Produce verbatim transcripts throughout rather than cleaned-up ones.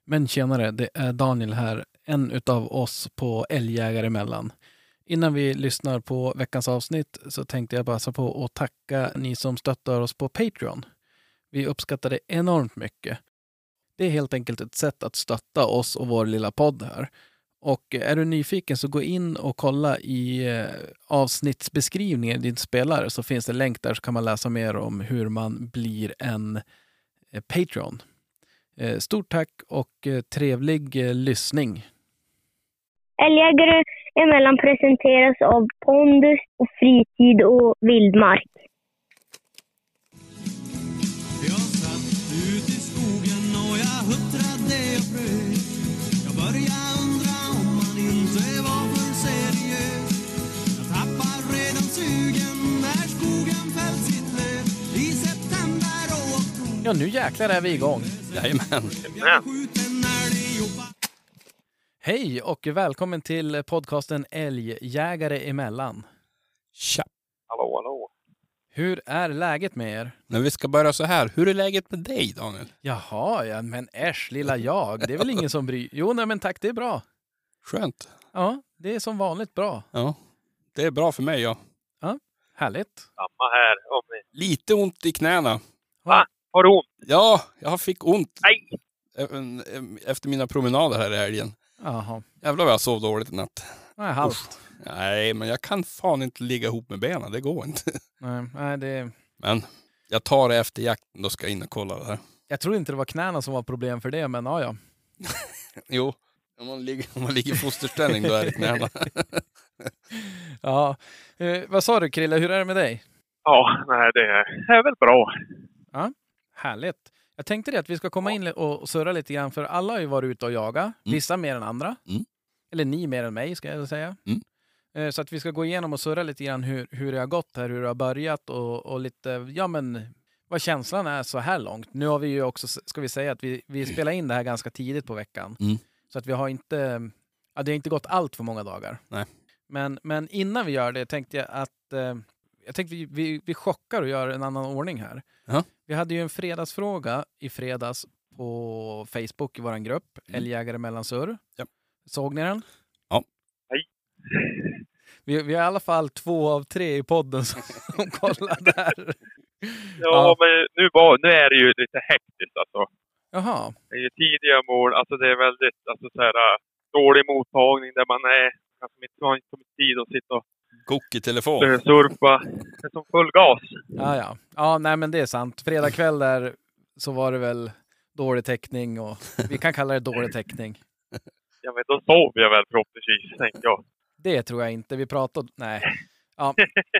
Men tjenare, det är Daniel här, en utav oss på Älgjägare emellan. Innan vi lyssnar på veckans avsnitt så tänkte jag passa på att tacka ni som stöttar oss på Patreon. Vi uppskattar det enormt mycket. Det är helt enkelt ett sätt att stötta oss och vår lilla podd här. Och är du nyfiken så gå in och kolla i avsnittsbeskrivningen i din spelare, så finns det länk där så kan man läsa mer om hur man blir en Patreon. Stort tack och trevlig lyssning. Älgjägare emellan presenteras av Pondus och Fritid och Vildmark. Jag satt ut i skogen och jag huttrade och frös. Jag började undra om man inte var för seriös. Jag tappar redan sugen när skogen fällt sitt löv i september och oktober. Ja, nu jäklar är vi igång. Jajamän. Jag skjuter när det jobbar. Hej och välkommen till podcasten Älgjägare emellan. Tja. Hallå, hallå. Hur är läget med er? Men vi ska börja så här. Hur är läget med dig, Daniel? Jaha, ja, men äsch, lilla jag. Det är väl ingen som bryr... Jo, nej, men tack, det är bra. Skönt. Ja, det är som vanligt bra. Ja, det är bra för mig, ja. Ja, härligt. Samma här. Om ni... Lite ont i knäna. Va? Har du ont? Ja, jag fick ont Nej! efter mina promenader här i helgen. Jaha. Jävlar vad jag sov dåligt i natt. Nej, halvt. Nej, men jag kan fan inte ligga ihop med benen. Det går inte. Nej, nej, det... Men jag tar det efter jakten. Då ska jag in och kolla det här. Jag tror inte det var knäna som var problem för det, men ja, ja. Jo, om man ligger, om man ligger i fosterställning då är det knäna. Ja. Eh, vad sa du, Krille? Hur är det med dig? Ja, nej, det är, är väl bra. Ja, härligt. Jag tänkte det att vi ska komma in och surra lite grann, för alla har ju varit ute och jaga. Mm. Vissa mer än andra. Mm. Eller ni mer än mig, ska jag säga. Mm. Eh, så att vi ska gå igenom och surra lite grann hur, hur det har gått här, hur det har börjat och, och lite, ja men, vad känslan är så här långt. Nu har vi ju också, ska vi säga att vi, vi spelar in det här ganska tidigt på veckan. Mm. Så att vi har inte, ja, det har inte gått allt för många dagar. Nej. Men, men innan vi gör det tänkte jag att eh, jag tänkte vi, vi, vi chockar och gör en annan ordning här. Ja. Vi hade ju en fredagsfråga i fredags på Facebook i vår grupp, mm. Älgjägare Mellansur. Ja. Såg ni den? Ja. Nej. Vi, vi är i alla fall två av tre i podden som kollar där. Ja, Ja. men nu, var, nu är det ju lite hektiskt alltså. Jaha. Det är ju tidiga mål, alltså det är väldigt alltså, så här, dålig mottagning där man är, alltså inte har inte tid att sitta och Kock i telefon. surfa. Det är som full gas. Ja, ja. Ja, nej men det är sant. Fredag kväll där så var det väl dålig täckning och vi kan kalla det dålig täckning. Ja, men då sov jag väl förhoppningsvis, tänker jag. Det tror jag inte. Vi pratade... Nej. Ja.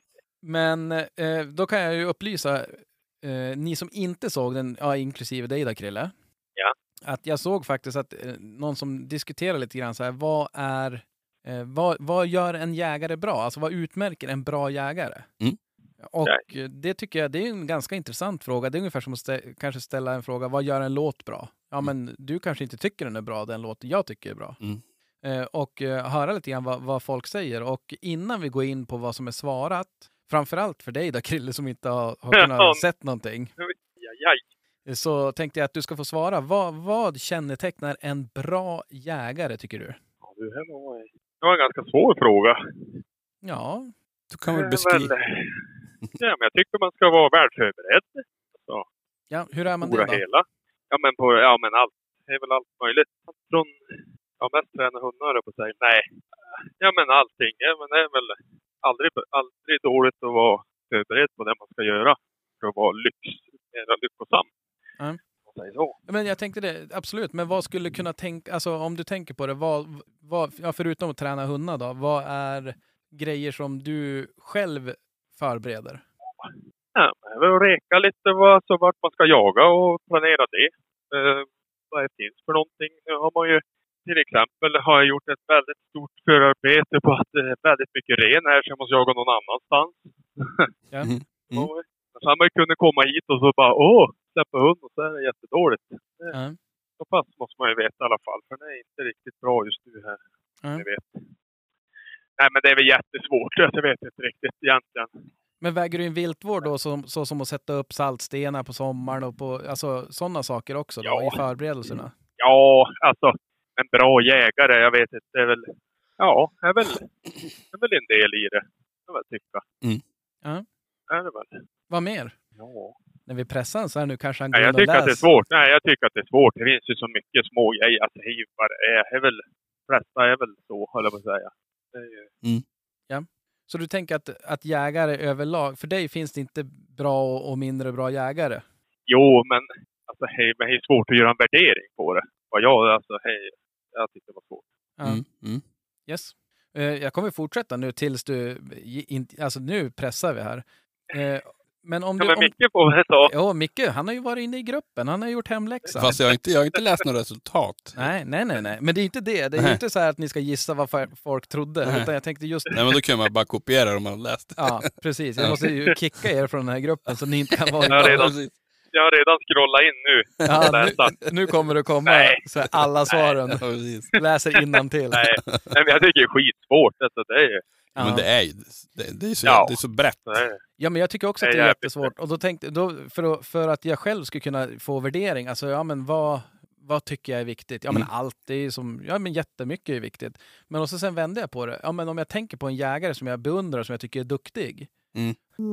Men eh, då kan jag ju upplysa eh, ni som inte såg den, ja, inklusive dig då, Krille. Ja. Att jag såg faktiskt att eh, någon som diskuterar lite grann så här, vad är eh, vad, vad gör en jägare bra? Alltså vad utmärker en bra jägare? Mm. Och Nej. det tycker jag, det är en ganska intressant fråga. Det är ungefär som att stä- kanske ställa en fråga, vad gör en låt bra? Ja, men du kanske inte tycker den är bra, den låten jag tycker är bra. Mm. Eh, och eh, höra lite grann vad, vad folk säger. Och innan vi går in på vad som är svarat, framförallt för dig då, Krille, som inte har, har kunnat sett någonting, Jajaj. så tänkte jag att du ska få svara. Vad, vad kännetecknar en bra jägare, tycker du? Ja, det här var, det var en ganska svår fråga. Ja, Du kan väl Det är beskriva... väl- Ja, men jag tycker man ska vara väl förberedd. Så, ja hur är man stora det då? hela. Ja, men på, ja, men allt. Det är väl allt möjligt. Från, ja, mest träna hundar på sig. Nej. Ja, men allting. Ja, men det är väl aldrig, aldrig dåligt att vara förberedd på det man ska göra. För att vara lyx, mera lyckosam. Mm. Om man säger så. Men jag tänkte det, absolut. Men vad skulle kunna tänka, alltså om du tänker på det, vad, vad, ja, förutom att träna hundar då, vad är grejer som du själv förbereder? Ja, men väl reka lite vad, så vart man ska jaga och planera det. Eh, vad det finns för någonting. Nu har man ju till exempel har jag gjort ett väldigt stort förarbete på att det är väldigt mycket ren här så jag måste jaga någon annanstans. Ja. Mm. Mm. Och så har man ju kunnat komma hit och så bara åh, släppa hund och så är det jättedåligt. Det, Ja. Så pass måste man ju veta i alla fall för det är inte riktigt bra just nu här. Ja. Jag vet. Nej, men det är väl jättesvårt. Jag vet inte riktigt egentligen. Men väger du in viltvård då, som, så som att sätta upp saltstenar på sommaren och på, alltså sådana saker också då, Ja. i förberedelserna? Ja, alltså en bra jägare, jag vet inte, det är väl, ja, är väl, det är väl en del i det, jag vill tycka. Mm. Ja. Är det väl? Vad mer? Ja. När vi pressar så här nu kanske han går Nej, jag in och tycker att det är läser. svårt. Nej, jag tycker att det är svårt. Det finns ju så mycket små grejer att säga vad det är. Det är väl, flesta är väl så, håller jag på att säga. Det är ju... Mm. Ja. Så du tänker att, att jägare överlag, för dig finns det inte bra och, och mindre bra jägare? Jo, men alltså, hej, men det är svårt att göra en värdering på det. Vad jag, alltså, hej, jag tycker det var svårt. Ja. Mm. Mm. Yes. Eh, jag kommer fortsätta nu tills du, in, alltså nu pressar vi här. Eh, men om Ja, du... men Om, mycket på det så. ja, Micke, han har ju varit inne i gruppen, han har gjort hemläxan. Fast jag har, inte, jag har inte läst några resultat. Nej, nej, nej, nej. Men det är inte det. Det är Nej. inte så här att ni ska gissa vad fa- folk trodde. Nej. Utan jag tänkte just... Nej, men då kan man bara kopiera om man har läst. Ja, precis. Jag måste ju kicka er från den här gruppen så ni inte kan vara... Jag har redan, precis. jag har redan scrollat in nu. Ja, och läsa. nu, nu kommer det komma Nej. så här alla svaren. Ja, precis. Läser innantill. Nej, nej, men jag tycker det är skitsvårt. Alltså, det är ju... Ja. Men det är ju det, det är så, Ja. det är så brett. Det är, Ja, men jag tycker också att Det det är är jävligt jättesvårt. Och då tänkte, då, för, att, för att jag själv skulle kunna få värdering, alltså ja men vad, vad tycker jag är viktigt? Ja men Mm. allt, det är ju som, ja men jättemycket är viktigt. Men och så sen vände jag på det. Ja men om jag tänker på en jägare som jag beundrar, som jag tycker är duktig. Mm.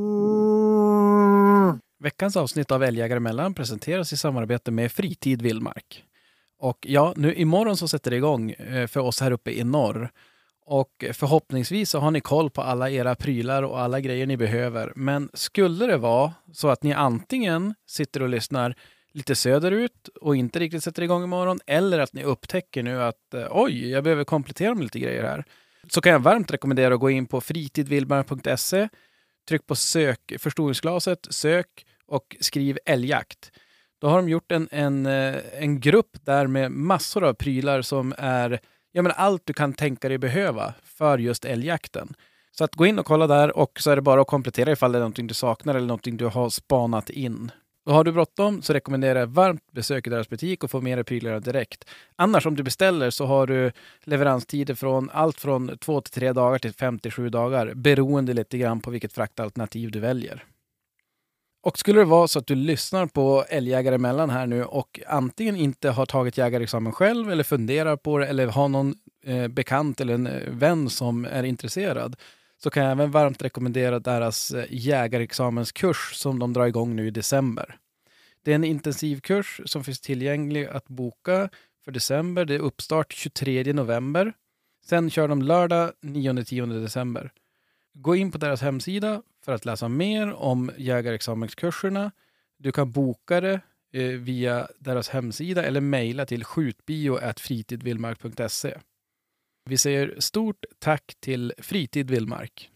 Veckans avsnitt av Älgjägare emellan presenteras i samarbete med Fritid Vildmark. Och ja, nu imorgon så sätter det igång eh, för oss här uppe i norr. Och förhoppningsvis så har ni koll på alla era prylar och alla grejer ni behöver. Men skulle det vara så att ni antingen sitter och lyssnar lite söderut och inte riktigt sätter igång imorgon, eller att ni upptäcker nu att eh, oj, jag behöver komplettera med lite grejer här, så kan jag varmt rekommendera att gå in på fritidvildmark punkt se, tryck på sök, förstoringsglaset, sök och skriv älgjakt. Då har de gjort en, en, eh, en grupp där med massor av prylar som är ja, men allt du kan tänka dig behöva för just älgjakten. Så att gå in och kolla där, och så är det bara att komplettera ifall det är någonting du saknar eller någonting du har spanat in. Och har du bråttom så rekommenderar jag varmt besök i deras butik och få mer prylar direkt. Annars om du beställer så har du leveranstider från allt från två till tre dagar till fem till sju dagar, beroende lite grann på vilket fraktalternativ du väljer. Och skulle det vara så att du lyssnar på Älgjägare emellan här nu och antingen inte har tagit jägarexamen själv eller funderar på det eller har någon eh, bekant eller en eh, vän som är intresserad, så kan jag även varmt rekommendera deras eh, jägarexamenskurs som de drar igång nu i december. Det är en intensivkurs som finns tillgänglig att boka för december. Det är uppstart tjugotredje november. Sen kör de lördag nionde till tionde december. Gå in på deras hemsida för att läsa mer om jägarexamenskurserna. Du kan boka det eh, via deras hemsida eller mejla till skjutbio at fritidvildmark punkt se. Vi säger stort tack till Fritid Vildmark.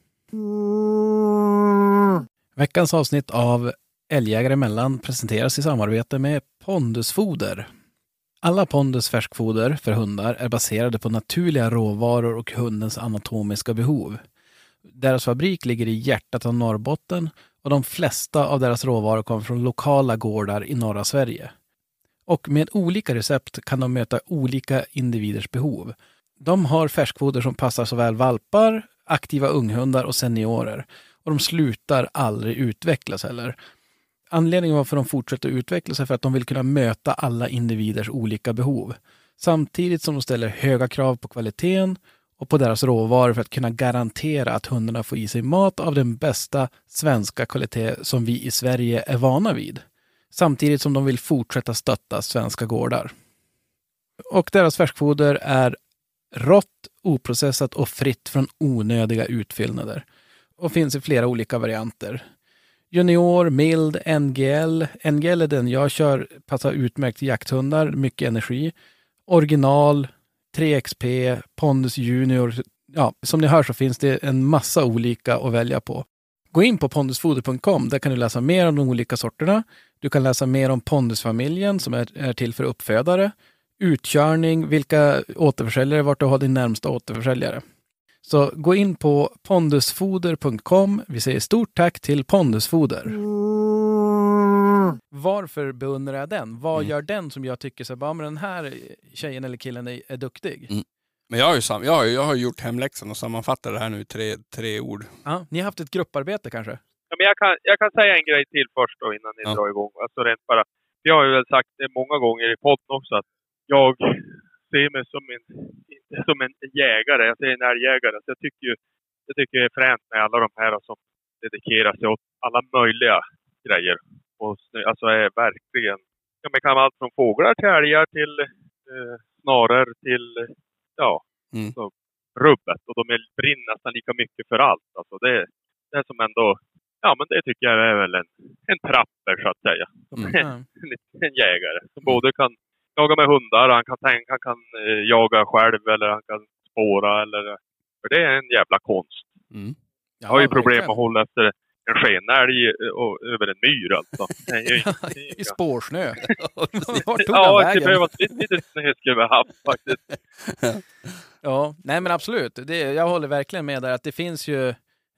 Veckans avsnitt av Älgjägare emellan presenteras i samarbete med Pondusfoder. Alla Pondus färskfoder för hundar är baserade på naturliga råvaror och hundens anatomiska behov. Deras fabrik ligger i hjärtat av Norrbotten och de flesta av deras råvaror kommer från lokala gårdar i norra Sverige. Och med olika recept kan de möta olika individers behov. De har färskfoder som passar såväl valpar, aktiva unghundar och seniorer. Och de slutar aldrig utvecklas heller. Anledningen varför de fortsätter utvecklas är för att de vill kunna möta alla individers olika behov. Samtidigt som de ställer höga krav på kvaliteten och på deras råvaror för att kunna garantera att hundarna får i sig mat av den bästa svenska kvalitet som vi i Sverige är vana vid. Samtidigt som de vill fortsätta stötta svenska gårdar. Och deras färskfoder är rått, oprocessat och fritt från onödiga utfyllnader. Och finns i flera olika varianter. Junior, mild, N G L. N G L är den jag kör, passar utmärkt till jakthundar, mycket energi. Original, tre X P, Pondus Junior. Ja, som ni hör så finns det en massa olika att välja på. Gå in på pondusfoder punkt com, där kan du läsa mer om de olika sorterna. Du kan läsa mer om Pondusfamiljen som är, är till för uppfödare. Utkörning, vilka återförsäljare, vart du har din närmsta återförsäljare. Så gå in på pondusfoder punkt com. Vi säger stort tack till Pondusfoder. Varför beundrar jag den? Vad Mm. gör den som jag tycker så bara, men den här tjejen eller killen är, är duktig? Mm. Men jag har ju sam- jag har, jag har gjort hemläxan och sammanfattat det här nu i tre, tre ord. Ja, ni har haft ett grupparbete kanske? Ja, men jag, kan, jag kan säga en grej till först då innan ni Ja. drar igång. Alltså rent bara, jag har ju väl sagt det många gånger i podden också att jag ser mig som en, inte som en jägare, jag ser en älgjägare. Så jag tycker ju, jag tycker det är fränt med alla de här som dedikerar sig åt alla möjliga grejer. Och alltså är verkligen, ja men kan vara allt från fåglar till älgar till eh, snarare till, ja, Mm. så, rubbet. Och de är, brinner nästan lika mycket för allt. Alltså det, det är som ändå, ja men det tycker jag är väl en, en trapper så att säga. Som Mm. en, en, en jägare. Som både kan jaga med hundar, han kan tänka, han kan eh, jaga själv eller han kan spåra eller, för det är en jävla konst. Mm. Jag har ju Ja, problem verkligen. att hålla efter en skenälg och över en myr alltså. Det är ju, det är ju I spårsnö. Vart tog ja, han det vägen? behöver vara lite, lite snö skulle vi ha haft faktiskt. Ja, nej men absolut. Det, jag håller verkligen med där att det finns ju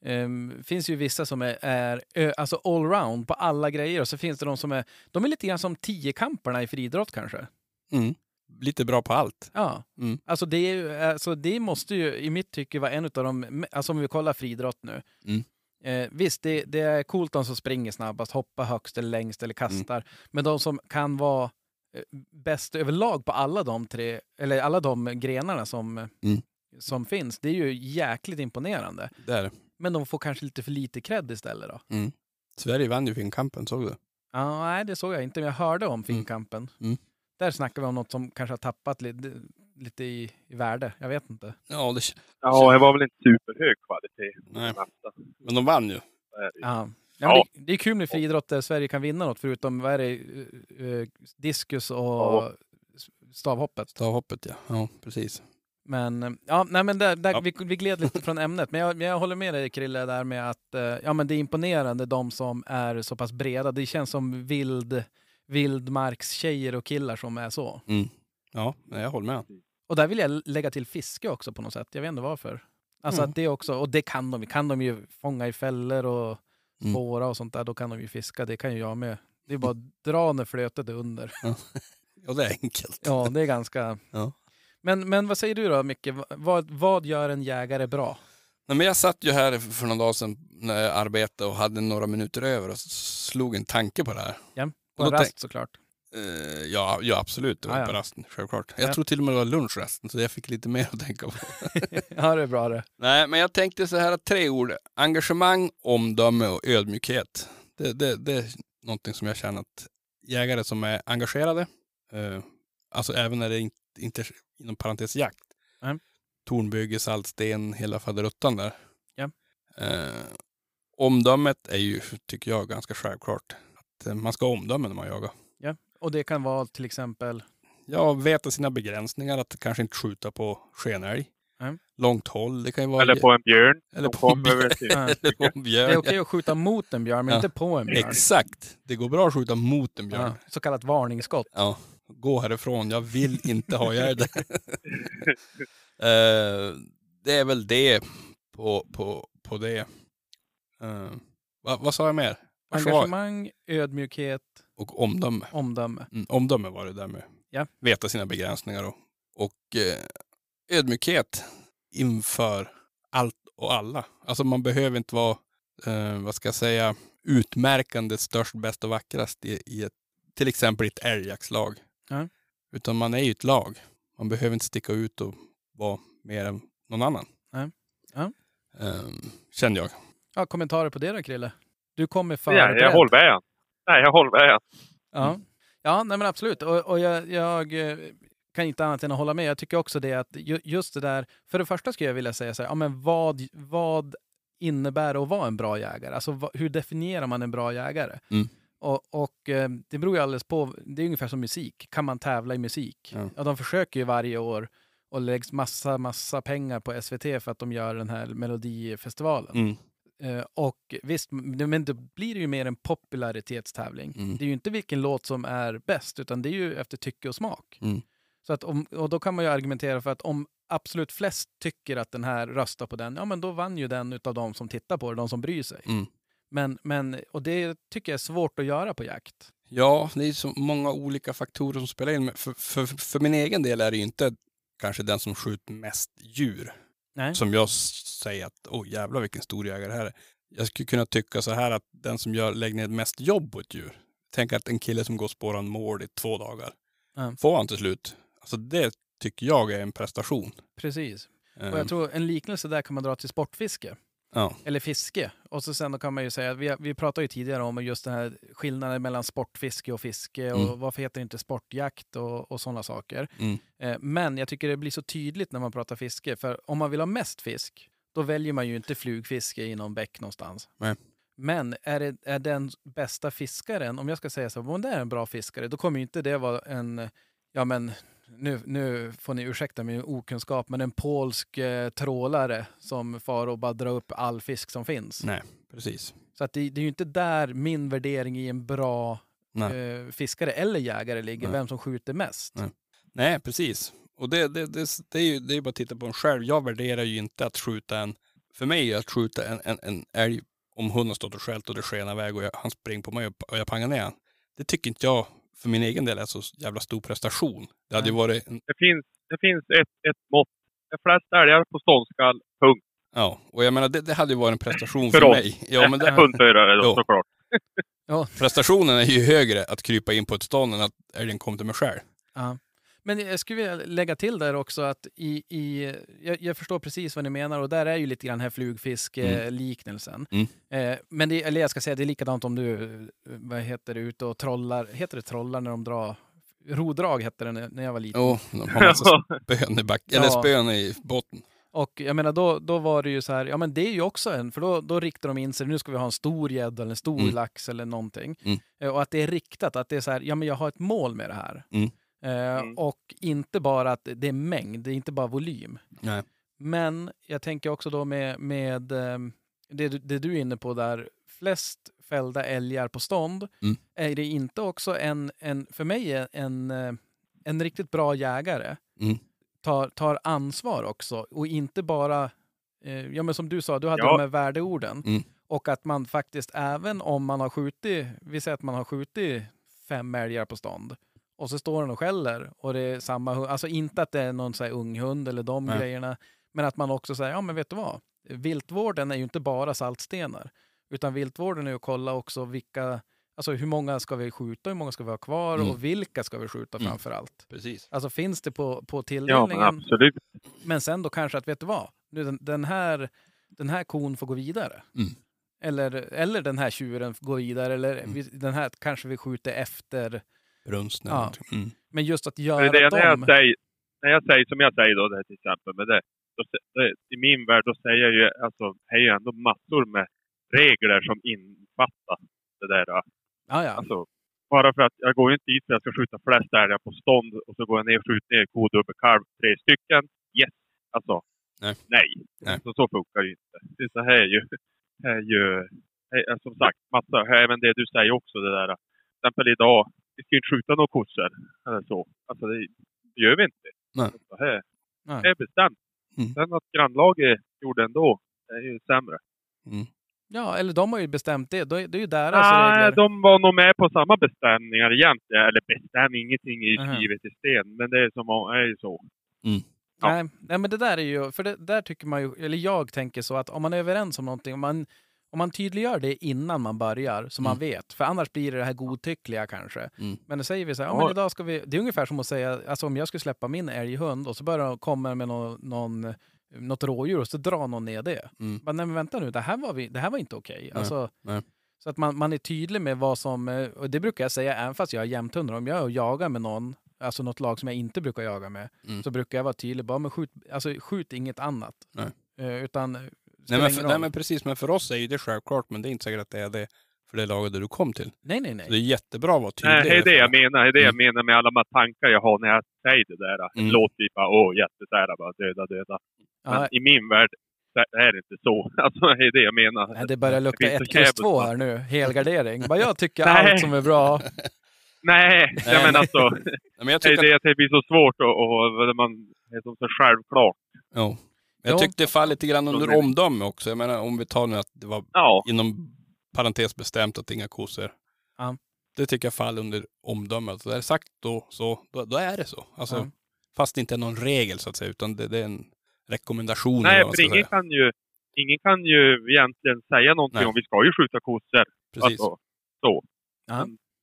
Um, finns ju vissa som är, är ö, alltså allround på alla grejer och så finns det de som är, de är lite grann som tiokamparna i friidrott kanske. Mm. Lite bra på allt. Ja, Mm. alltså det, är, ju- alltså det måste ju i mitt tycke vara en av de, alltså om vi kollar friidrott nu. Mm. Eh, visst, det, det är coolt de som springer snabbast, hoppar högst eller längst eller kastar. Mm. Men de som kan vara eh, bäst överlag på alla de tre, eller alla de grenarna som, Mm. som finns, det är ju jäkligt imponerande. Där. Men de får kanske lite för lite cred istället då. Mm. Sverige vann ju Finnkampen, såg du? Ja, nej, det såg jag inte, men jag hörde om Finnkampen. Mm. Där snackar vi om något som kanske har tappat lite, lite i, i värde. Jag vet inte. Ja, det... Ja, det var väl inte superhög kvalitet. Nej. Nästa. men de vann ju. Så är det ju. Ja. Ja. Ja, men det, det är kul med friidrott där Sverige kan vinna något förutom vad är det, uh, uh, diskus och Ja. stavhoppet. Stavhoppet, ja. Ja, precis. Men, eh, ja, nej, men där, där, Ja. vi, vi gled lite från ämnet. Men jag, men jag håller med dig Krille där med att eh, ja, men det är imponerande de som är så pass breda. Det känns som vild, vildmarkstjejer och killar som är så. Mm. Ja, nej, jag håller med. Och där vill jag lägga till fiske också på något sätt. Jag vet inte varför. Alltså Mm. att det också, och det kan de, kan de ju fånga i fällor och Mm. spåra och sånt där. Då kan de ju fiska, det kan ju jag med. Det är bara att dra när flötet är under. Ja, det är enkelt. Ja, det är ganska... Ja. Men, men vad säger du då Micke? Vad, vad gör en jägare bra? Nej, men jag satt ju här för några dagar sedan när jag arbetade och hade några minuter över och slog en tanke på det här. Ja, på Och en då rast såklart. Eh, ja, ja, absolut. Det var Ah, ja. på rasten, självklart. Jag Ja. tror till och med det var lunchrasten, så jag fick lite mer att tänka på. Ja, det är bra det. Nej, men jag tänkte så här, tre ord. Engagemang, omdöme och ödmjukhet. Det, det, det är någonting som jag känner att jägare som är engagerade, eh, alltså även när det inte, inte inom parentes jakt, Mm. tornbygge, saltsten, hela faderuttan där. Ja. Eh, omdömet är ju, tycker jag, ganska självklart. Att eh, man ska ha omdöme när man jagar. Ja. Och det kan vara till exempel... Ja, veta sina begränsningar, att kanske inte skjuta på skenälg. Mm. Långt håll, det kan ju vara... Eller på en björn. Eller som på en kommer björn. till- Ja. Eller på en björn. Det är okej att skjuta mot en björn, men Ja. inte på en björn. Exakt. Det går bra att skjuta mot en björn. Ja. Så kallat varningsskott. Ja. Gå härifrån, jag vill inte ha ihjäl dig. Eh, det är väl det på, på, på det. Uh, vad, vad sa jag mer? Vad sa jag? Engagemang, ödmjukhet, Och omdöme. omdöme. Mm, omdöme var det där med. Ja. Veta sina begränsningar och, och eh, ödmjukhet inför allt och alla. Alltså man behöver inte vara, eh, vad ska jag säga, utmärkande, störst, bäst och vackrast i, i ett, till exempel ett älgjaktslag. Ja. Utan man är ju ett lag. Man behöver inte sticka ut och vara mer än någon annan. Ja. Ja. Um, känner jag. Ja, kommentarer på det då Krille? Du kommer för Ja, jag håller med. Nej, jag håller med. Ja, ja nej men absolut. Och, och jag, jag eh, kan inte annat än att hålla med. Jag tycker också det att ju, just det där, för det första skulle jag vilja säga så här, ja men vad, vad innebär att vara en bra jägare? Alltså vad, hur definierar man en bra jägare? Mm. Och, och eh, det beror ju alldeles på, det är ungefär som musik. Kan man tävla i musik? Ja. Ja, de försöker ju varje år och läggs massa, massa pengar på S V T för att de gör den här Melodifestivalen. Mm. Eh, och visst, men då blir det ju mer en popularitetstävling. Mm. Det är ju inte vilken låt som är bäst, utan det är ju efter tycke och smak. Mm. Så att om, och då kan man ju argumentera för att om absolut flest tycker att den här röstar på den, ja men då vann ju den utav de som tittar på det, de som bryr sig. Mm. Men, men, och det tycker jag är svårt att göra på jakt. Ja, det är så många olika faktorer som spelar in. Men För, för, för min egen del är det ju inte kanske den som skjuter mest djur. Nej. Som jag s- säger att, åh jävlar vilken stor jägare det här är. Jag skulle kunna tycka så här att den som gör, lägger ner mest jobb på ett djur. Tänk att en kille som går och spårar en mål i två dagar. Ja. Får han till slut Alltså det tycker jag är en prestation. Precis. Eh, Och jag tror en liknelse där kan man dra till sportfiske. ja. Eller fiske. Och så sen då kan man ju säga, vi, vi pratade ju tidigare om just den här skillnaden mellan sportfiske och fiske. Och Mm. varför heter det inte sportjakt och, och sådana saker. Mm. Eh, men jag tycker det blir så tydligt när man pratar fiske. För om man vill ha mest fisk, då väljer man ju inte flugfiske i någon bäck någonstans. Nej. Men är, det, är den bästa fiskaren, om jag ska säga så, om det är en bra fiskare, då kommer ju inte det vara en, ja men, nu, nu får ni ursäkta min okunskap, men en polsk eh, trålare som far och bara drar upp all fisk som finns. Nej, precis. Så att det, det är ju inte där min värdering i en bra eh, fiskare eller jägare ligger, Nej. vem som skjuter mest. Nej. Nej, precis. Och det, det, det, det är ju det är bara att titta på en själv. Jag värderar ju inte att skjuta en, för mig är att skjuta en, en, en älg om hunden stått och skällt och det skenar iväg och jag, han springer på mig och, och jag pangar ner han. Det tycker inte jag för min egen del är så jävla stor prestation. Det hade ju varit... En... Det finns, det finns ett, ett mått. De flesta älgar på ståndskall, punkt. Ja, och jag menar det, det hade ju varit en prestation för för, oss. mig. Ja, men det... Hundförare då, Jo. såklart. Ja. Prestationen är ju högre att krypa in på ett stånd än att älgen kom till mig själv. Ja. Men jag skulle vilja lägga till där också att i, i, jag, jag förstår precis vad ni menar och där är ju lite grann här flugfisk-liknelsen. Mm. Eh, men det, eller jag ska säga det är likadant om du, vad heter det, ute och trollar, heter det trollar när de drar, rodrag hette det när jag var liten. Jo, de har massa spön i back, eller Ja. spön i botten. Och jag menar då, då var det ju så här, ja men det är ju också en, för då, då riktar de in sig, nu ska vi ha en stor gädda eller en stor Mm. lax eller någonting. Mm. Eh, och att det är riktat, att det är så här, ja men jag har ett mål med det här. Mm. Eh, Mm. Och inte bara att det är mängd, det är inte bara volym. Nej. Men jag tänker också då med, med eh, det, du- det du är inne på där, flest fällda älgar på stånd, Mm. är det inte också en, en för mig en, eh, en riktigt bra jägare Mm. tar, tar ansvar också och inte bara, eh, ja men som du sa, du hade Ja. de här värdeorden Mm. och att man faktiskt även om man har skjutit, vi säger att man har skjutit fem älgar på stånd och så står den och skäller och det är samma hund, alltså inte att det är någon så här ung hund eller de Nej. grejerna, men att man också säger, ja men vet du vad, viltvården är ju inte bara saltstenar, utan viltvården är ju att kolla också vilka, alltså hur många ska vi skjuta, hur många ska vi ha kvar Mm. och vilka ska vi skjuta Mm. framför allt. Precis. Alltså finns det på, på Ja, men tilldelningen, absolut. men sen då kanske att, vet du vad, nu den, den, här, den här kon får gå vidare. Mm. Eller, eller den här tjuren går vidare, eller Mm. vi, den här kanske vi skjuter efter. Brunsten. Ja. Mm. Men just att Det göra är det när jag dem. säger, när jag säger som jag säger då, det här till exempel med det. Då, sä- det i min värld, då säger jag ju, alltså, det är ju ändå massor med regler som infattar det där. Ja, ja. Alltså, bara för att jag går ju inte dit för att jag ska skjuta flest älgar på stånd och så går jag ner och skjuter ner ko, dubbelkalv, tre stycken. Yes! Alltså, Nej. nej. Nej. Så, så funkar det ju inte. Det är så här är ju, är ju är, som sagt, massa, även det du säger också det där. Till exempel idag, vi ska ju inte skjuta några kossor eller så. Alltså det, det gör vi inte. Nej. Så här, Nej. det är bestämt. Mm. Sen att grannlaget gjorde ändå, det är ju sämre. Mm. Ja, eller de har ju bestämt det. Det är det är ju deras Nej, regler. de var nog med på samma bestämningar egentligen. Eller bestäm, ingenting är ju Aha. skrivet i sten. Men det är, som, är ju så. Ja. Nej, nej, men det där är ju, för det, där tycker man ju, eller jag tänker så att om man är överens om någonting, om man, om man tydliggör det innan man börjar, så man Mm. vet, för annars blir det det här godtyckliga kanske. Mm. Men då säger vi så här, ja, Ja. men idag ska vi, det är ungefär som att säga, alltså om jag skulle släppa min älghund och så börjar de komma med någon, någon, något rådjur och så drar någon ner det. Mm. Men nej, men vänta nu, det här var, vi, det här var inte okej. Alltså, nej. så att man, man är tydlig med vad som, eh, och det brukar jag säga även fast jag har jämthundar, om jag är och jagar med någon, alltså något lag som jag inte brukar jaga med, Mm. så brukar jag vara tydlig, bara men skjut, alltså, skjut inget annat. Nej. Eh, utan, Nej, spelar men ingen för, roll. nej men precis, men för oss är ju det självklart, men det är inte säkert att det är det för det laget där du kom till. nej, nej, nej. Så det är jättebra att vara tydlig. Nej, det är det jag för- menar. Det är det jag Mm. menar med alla de här tankar jag har när jag säger det där. Det Mm. låter ju bara, åh, jättesära, bara döda, döda. Men Ja, i min värld så är det inte så. Alltså, det är det jag menar. nej, det börjar lukta finns ett så plus jävligt två bra. här nu, helgardering. Vad jag tycker Nej. allt som är bra. Nej, Nej, jag menar men- alltså. Nej, men jag Det är tycker det att det blir så svårt och, och, och man är som så självklart. Jo. Jag Ja. tyckte det faller lite grann under Mm. omdöme också. Jag menar om vi tar nu att det var Ja, inom parentes bestämt att inga kossor. Ja. Det tycker jag faller under omdöme. Så det är sagt då, så, då, då är det så. Alltså, Ja. fast det inte är någon regel så att säga, utan det, det är en rekommendation. nej, eller vad man för ska ingen säga. kan, ju, ingen kan ju egentligen säga någonting Nej. om vi ska ju skjuta kossor. Precis. Alltså, så. Ja. Men, ja.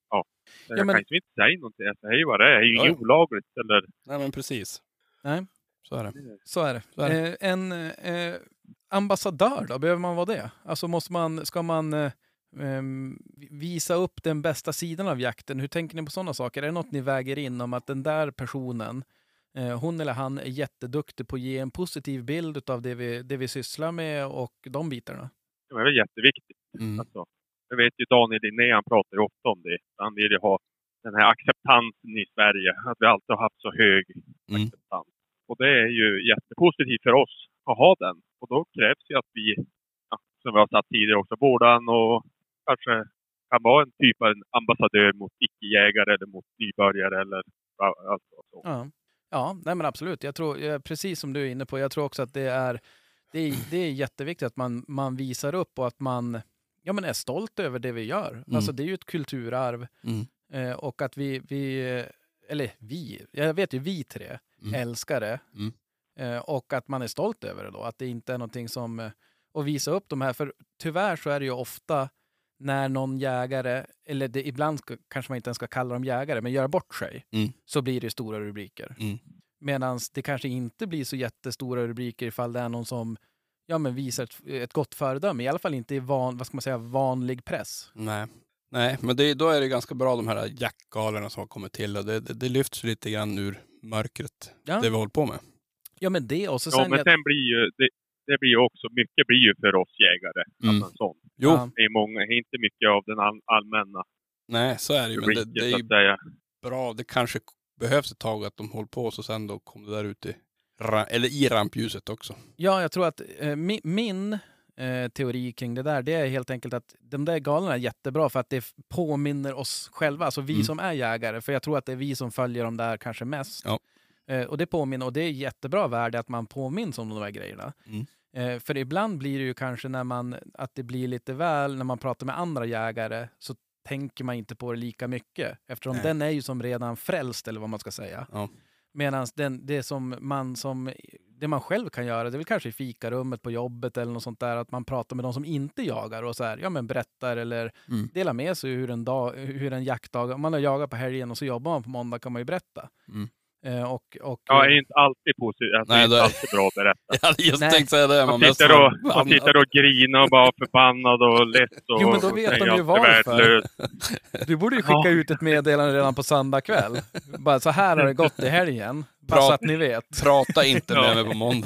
Jag Ja, men- kan ju inte säga någonting. Alltså, det är ju vad det är. Det är ju Ja, inget ja. olagligt. Eller... Nej, men precis. Nej, Så är det. så är det. Så är det. Eh, en eh, ambassadör då, behöver man vara det? Alltså måste man, ska man eh, em, visa upp den bästa sidan av jakten? Hur tänker ni på sådana saker? Är det något ni väger in om att den där personen, eh, hon eller han är jätteduktig på att ge en positiv bild av det vi, det vi sysslar med och de bitarna? Det är väl jätteviktigt. Mm. Alltså, jag vet ju Daniel Linné, han pratar ju ofta om det. Han vill ju ha den här acceptansen i Sverige. Att vi alltid har haft så hög Mm. acceptans. Och det är ju jättepositivt för oss att ha den. Och då krävs ju att vi, ja, som vi har sagt tidigare också, Bordan och kanske kan vara en typ av en ambassadör mot icke-jägare eller mot nybörjare eller alltså så. Ja, ja nej men absolut. Jag tror, eh, precis som du är inne på, jag tror också att det är, det är, det är jätteviktigt att man, man visar upp och att man ja, men är stolt över det vi gör. Mm. Alltså det är ju ett kulturarv. Mm. Eh, och att vi, vi, eller vi, jag vet ju vi tre Mm. älskar det. Mm. Eh, och att man är stolt över det då. Att det inte är någonting som, eh, att visa upp de här, för tyvärr så är det ju ofta när någon jägare, eller det, ibland ska, kanske man inte ens ska kalla dem jägare, men göra bort sig, Mm. så blir det stora rubriker. Mm. Medan det kanske inte blir så jättestora rubriker ifall det är någon som ja, men visar ett, ett gott föredöme. I alla fall inte i van, vad ska man säga, vanlig press. Nej. Nej, men det, då är det ganska bra de här jaktgalorna som har kommit till. Och det, det, det lyfts lite grann ur mörkret, Ja. det vi håller på med. Ja, men det och så Ja, sen... men jag- sen blir ju, det, det blir ju också, mycket blir ju för oss jägare. Mm. Alltså, en sån. Jo, Ja. Det är många, inte mycket av den all, allmänna nej, så är det ju. Men det, rubriken det är så ju att säga. bra. Det kanske behövs ett tag att de håller på, så sen då kommer det där ut i, ra- eller i rampljuset också. Ja, jag tror att eh, min, min eh, teori kring det där, det är helt enkelt att de där galorna är jättebra för att det f- påminner oss själva, alltså vi Mm. som är jägare, för jag tror att det är vi som följer dem där kanske mest. Ja. Eh, och det påminner, och det är jättebra värde att man påminns om de här grejerna. Mm. Eh, för ibland blir det ju kanske när man, att det blir lite väl, när man pratar med andra jägare, så tänker man inte på det lika mycket. Eftersom Nej. den är ju som redan frälst, eller vad man ska säga. Ja. Medan den, det som man som det man själv kan göra, det är väl kanske i fikarummet på jobbet eller något sånt där, att man pratar med de som inte jagar och så här, ja men berättar eller Mm. delar med sig hur en dag, hur en jaktdag, om man har jagat på helgen och så jobbar man på måndag, kan man ju berätta. Mm. Eh, och, och, Ja, det är inte alltid positivt. Alltså, Nej, det är då inte är- alltid bra att berätta. Jag hade just Nej. tänkt säga det. Man mest sitter och, fan, man sitter och grinar och bara förbannad och less. Och, Jo, men då och vet säger de ju allt är varför. värdelöst. du borde ju skicka Ja. ut ett meddelande redan på söndag kväll. Bara så här har det gått i helgen. Bara så Bra. att ni vet. Prata inte med Ja. mig på måndag.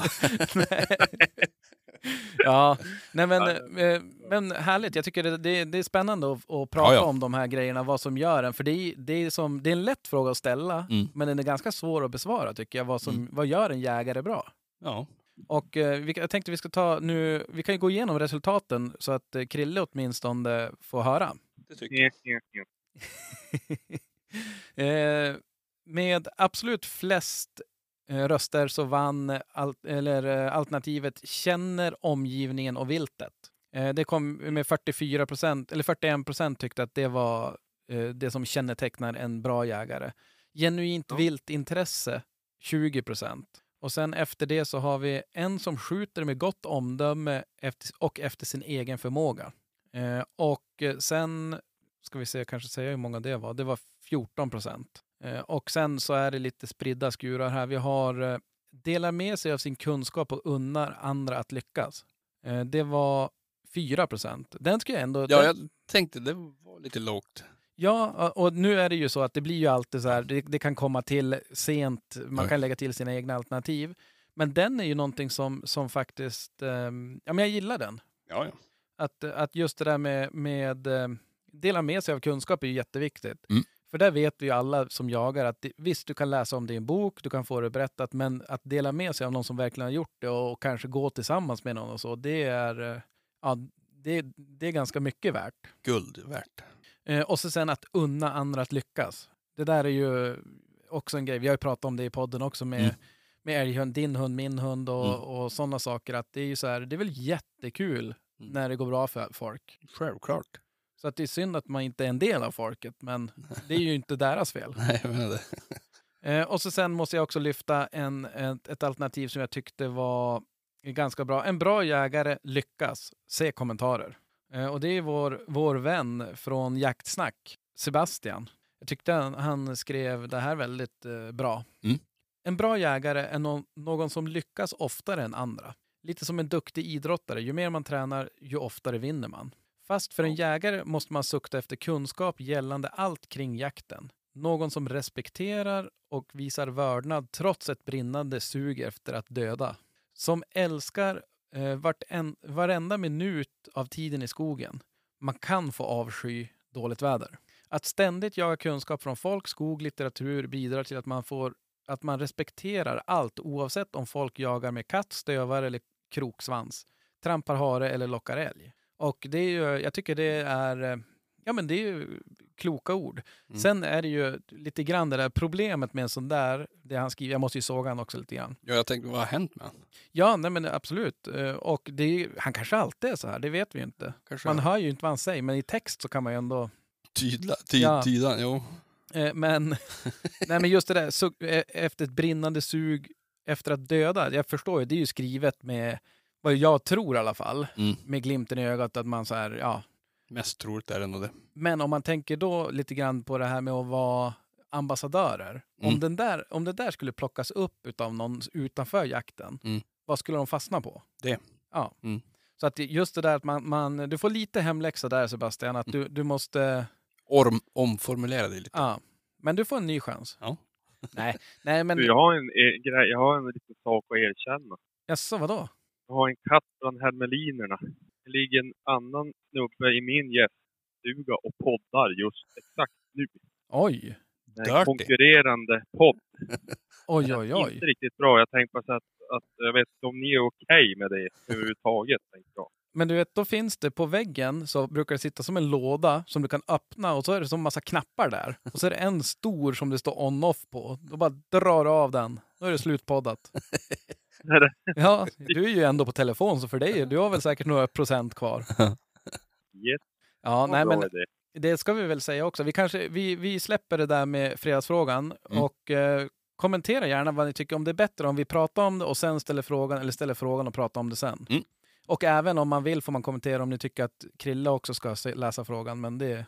Ja, nej men, eh, men härligt. Jag tycker det, det, det är spännande att, att prata Ja, ja. om de här grejerna, vad som gör en. För det är, det, är som, det är en lätt fråga att ställa, Mm. men den är ganska svår att besvara tycker jag. Vad, som, Mm. vad gör en jägare bra? Ja. Och eh, vi, jag tänkte vi ska ta nu, vi kan ju gå igenom resultaten så att eh, Krille åtminstone får höra. Det tycker jag. Ja, ja, ja. eh, med absolut flest eh, röster så vann al- eller, eh, alternativet känner omgivningen och viltet. Eh, det kom med fyrtiofyra procent, eller fyrtioen procent tyckte att det var eh, det som kännetecknar en bra jägare. Genuint Ja. viltintresse tjugo procent. Och sen efter det så har vi en som skjuter med gott omdöme efter, och efter sin egen förmåga. Eh, och eh, sen ska vi se, kanske säga hur många det var. Det var fjorton procent. Eh, och sen så är det lite spridda skurar här. Vi har eh, delar med sig av sin kunskap och unnar andra att lyckas. Eh, det var fyra procent. Den ska jag ändå... Ja, den, jag tänkte det var lite lågt. ja, och nu är det ju så att det blir ju alltid så här, det, det kan komma till sent, man Oj. kan lägga till sina egna alternativ. Men den är ju någonting som, som faktiskt, eh, ja men jag gillar den. Ja, ja. Att, att just det där med, med eh, dela med sig av kunskap är ju jätteviktigt. Mm. För där vet vi ju alla som jagar att det, visst, du kan läsa om det i en bok, du kan få det berättat, men att dela med sig av någon som verkligen har gjort det och, och kanske gå tillsammans med någon och så, det är, eh, ja, det, det är ganska mycket värt. Guld värt. Eh, och så sen att unna andra att lyckas. Det där är ju också en grej, vi har ju pratat om det i podden också med, Mm. med älghund, din hund, min hund och, Mm. och sådana saker, att det är ju så här, det är väl jättekul Mm. när det går bra för folk. Självklart. Så att det är synd att man inte är en del av folket, men det är ju inte deras fel. Nej, jag menar det. Eh, och så sen måste jag också lyfta en, ett, ett alternativ som jag tyckte var ganska bra. En bra jägare lyckas. Se kommentarer. Eh, och det är vår, vår vän från Jaktsnack, Sebastian. Jag tyckte han, han skrev det här väldigt eh, bra. Mm. En bra jägare är någon, någon som lyckas oftare än andra. Lite som en duktig idrottare. Ju mer man tränar, ju oftare vinner man. Fast för en jägare måste man sukta efter kunskap gällande allt kring jakten. Någon som respekterar och visar vördnad trots ett brinnande sug efter att döda. Som älskar eh, vart en, varenda minut av tiden i skogen. Man kan få avsky dåligt väder. Att ständigt jaga kunskap från folk, skog, litteratur bidrar till att man får att man respekterar allt oavsett om folk jagar med katt, stövar eller kroksvans, trampar hare eller lockar älg. Och det är ju, jag tycker det är, ja men det är ju kloka ord. Mm. Sen är det ju lite grann det där problemet med en sån där, det han skriver, jag måste ju såga han också lite grann. Ja, jag tänkte, vad har hänt med han? Ja, nej men absolut. Och det är, han kanske alltid är så här, det vet vi ju inte. Kanske man hör ju inte vad han säger, men i text så kan man ju ändå... Tydla, ty, ja. tydan, jo. Men, nej men just det där, så, efter ett brinnande sug efter att döda, jag förstår ju, det är ju skrivet med, vad jag tror i alla fall, mm. med glimten i ögat att man så här, ja. Mest troligt är det nog det. Men om man tänker då lite grann på det här med att vara ambassadörer, mm. om, den där, om det där skulle plockas upp utav någon utanför jakten, mm. vad skulle de fastna på? Det. Ja. Mm. Så att just det där att man, man du får lite hemläxa där Sebastian, att du, du måste... Orm, omformulera det lite. Ja, men du får en ny chans. Ja. nej, nej men... Du, jag har en eh, grej, jag har en liten sak att erkänna. Jaså, vadå? Jag har en katt bland hermelinerna. Det ligger en annan snubbe i min gäststuga och poddar just exakt nu. Oj! En konkurrerande podd. oj, oj, oj. Inte riktigt bra. Jag tänkte på så att, att jag vet inte om ni är okej med det överhuvudtaget, tänkte jag. Men du vet, då finns det på väggen så brukar det sitta som en låda som du kan öppna och så är det som en massa knappar där. Och så är det en stor som det står on-off på. Då bara drar du av den. Då är det slutpoddat. Ja, du är ju ändå på telefon så för dig, du har väl säkert några procent kvar. Yes. Ja, nej men det. det ska vi väl säga också. Vi kanske vi, vi släpper det där med fredagsfrågan mm. och eh, kommentera gärna vad ni tycker om det är bättre om vi pratar om det och sen ställer frågan eller ställer frågan och pratar om det sen. Mm. Och även om man vill får man kommentera om ni tycker att Krilla också ska läsa frågan, men det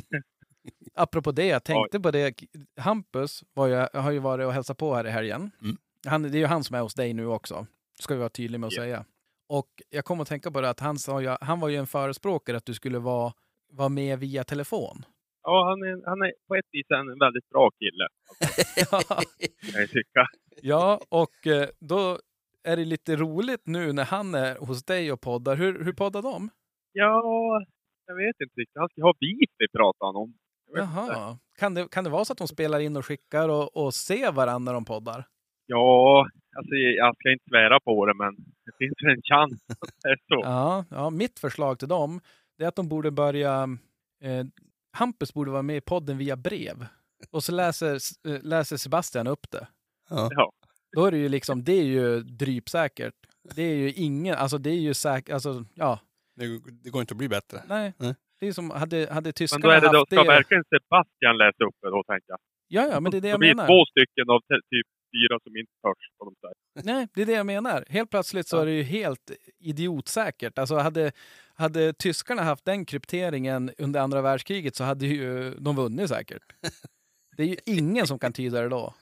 apropå det, jag tänkte Oj. på det, Hampus var ju, har ju varit och hälsat på här i helgen. Mm. Han, det är ju han som är hos dig nu också, ska vi vara tydliga med att yeah. säga. Och jag kom att tänka på det att han, sa ju, han var ju en förespråkare att du skulle vara, vara med via telefon. Ja, han är, han är på ett vis en väldigt bra kille. ja. Jag tycker. Ja, och då är det lite roligt nu när han är hos dig och poddar. Hur, hur poddar de? Ja, jag vet inte riktigt. Han ska ha beat vi pratar om. Jaha. Kan det, kan det vara så att de spelar in och skickar och, och ser varandra när de poddar? Ja, alltså jag ska inte svära på det, men det finns en chans. Så. Ja, ja, mitt förslag till dem är att de borde börja... Eh, Hampus borde vara med i podden via brev. Och så läser, äh, läser Sebastian upp det. Ja. ja. Då är det ju liksom, det är ju drypsäkert. Det är ju ingen, alltså det är ju säkert, alltså ja. Det, det går inte att bli bättre. Nej, Nej. det är som, hade, hade tyskarna haft det. Men då är det då, ska det... verkligen Sebastian läsa upp det då, tänker jag. Ja, ja, men det är det jag det blir menar. två stycken av typ fyra som inte hörs på de där. Nej, det är det jag menar. Helt plötsligt så ja. är det ju helt idiotsäkert. Alltså hade, hade tyskarna haft den krypteringen under andra världskriget så hade ju de vunnit säkert. Det är ju ingen som kan tyda det då.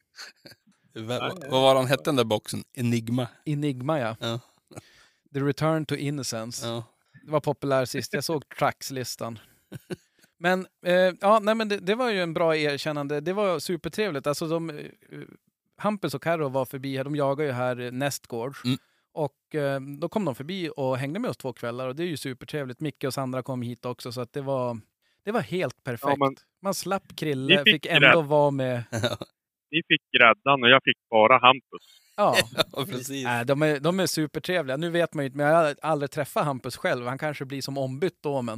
Va, vad var han hette den där boxen? Enigma. Enigma, ja. ja. The Return to Innocence. Ja. Det var populär sist. Jag såg Tracks-listan. Men, eh, ja, nej, men det, det var ju en bra erkännande. Det var supertrevligt. Alltså de, eh, Hampus och Karo var förbi här. De jagar ju här nästgårds. Mm. Och eh, då kom de förbi och hängde med oss två kvällar. Och det är ju supertrevligt. Micke och Sandra kom hit också. Så att det var, det var helt perfekt. Ja, man, man slapp Krille. Fick, fick ändå vara med... Ni fick gräddan och jag fick bara Hampus. Ja, ja precis. Äh, de, är, de är supertrevliga. Nu vet man ju inte, men jag har aldrig träffat Hampus själv. Han kanske blir som ombytt då, men...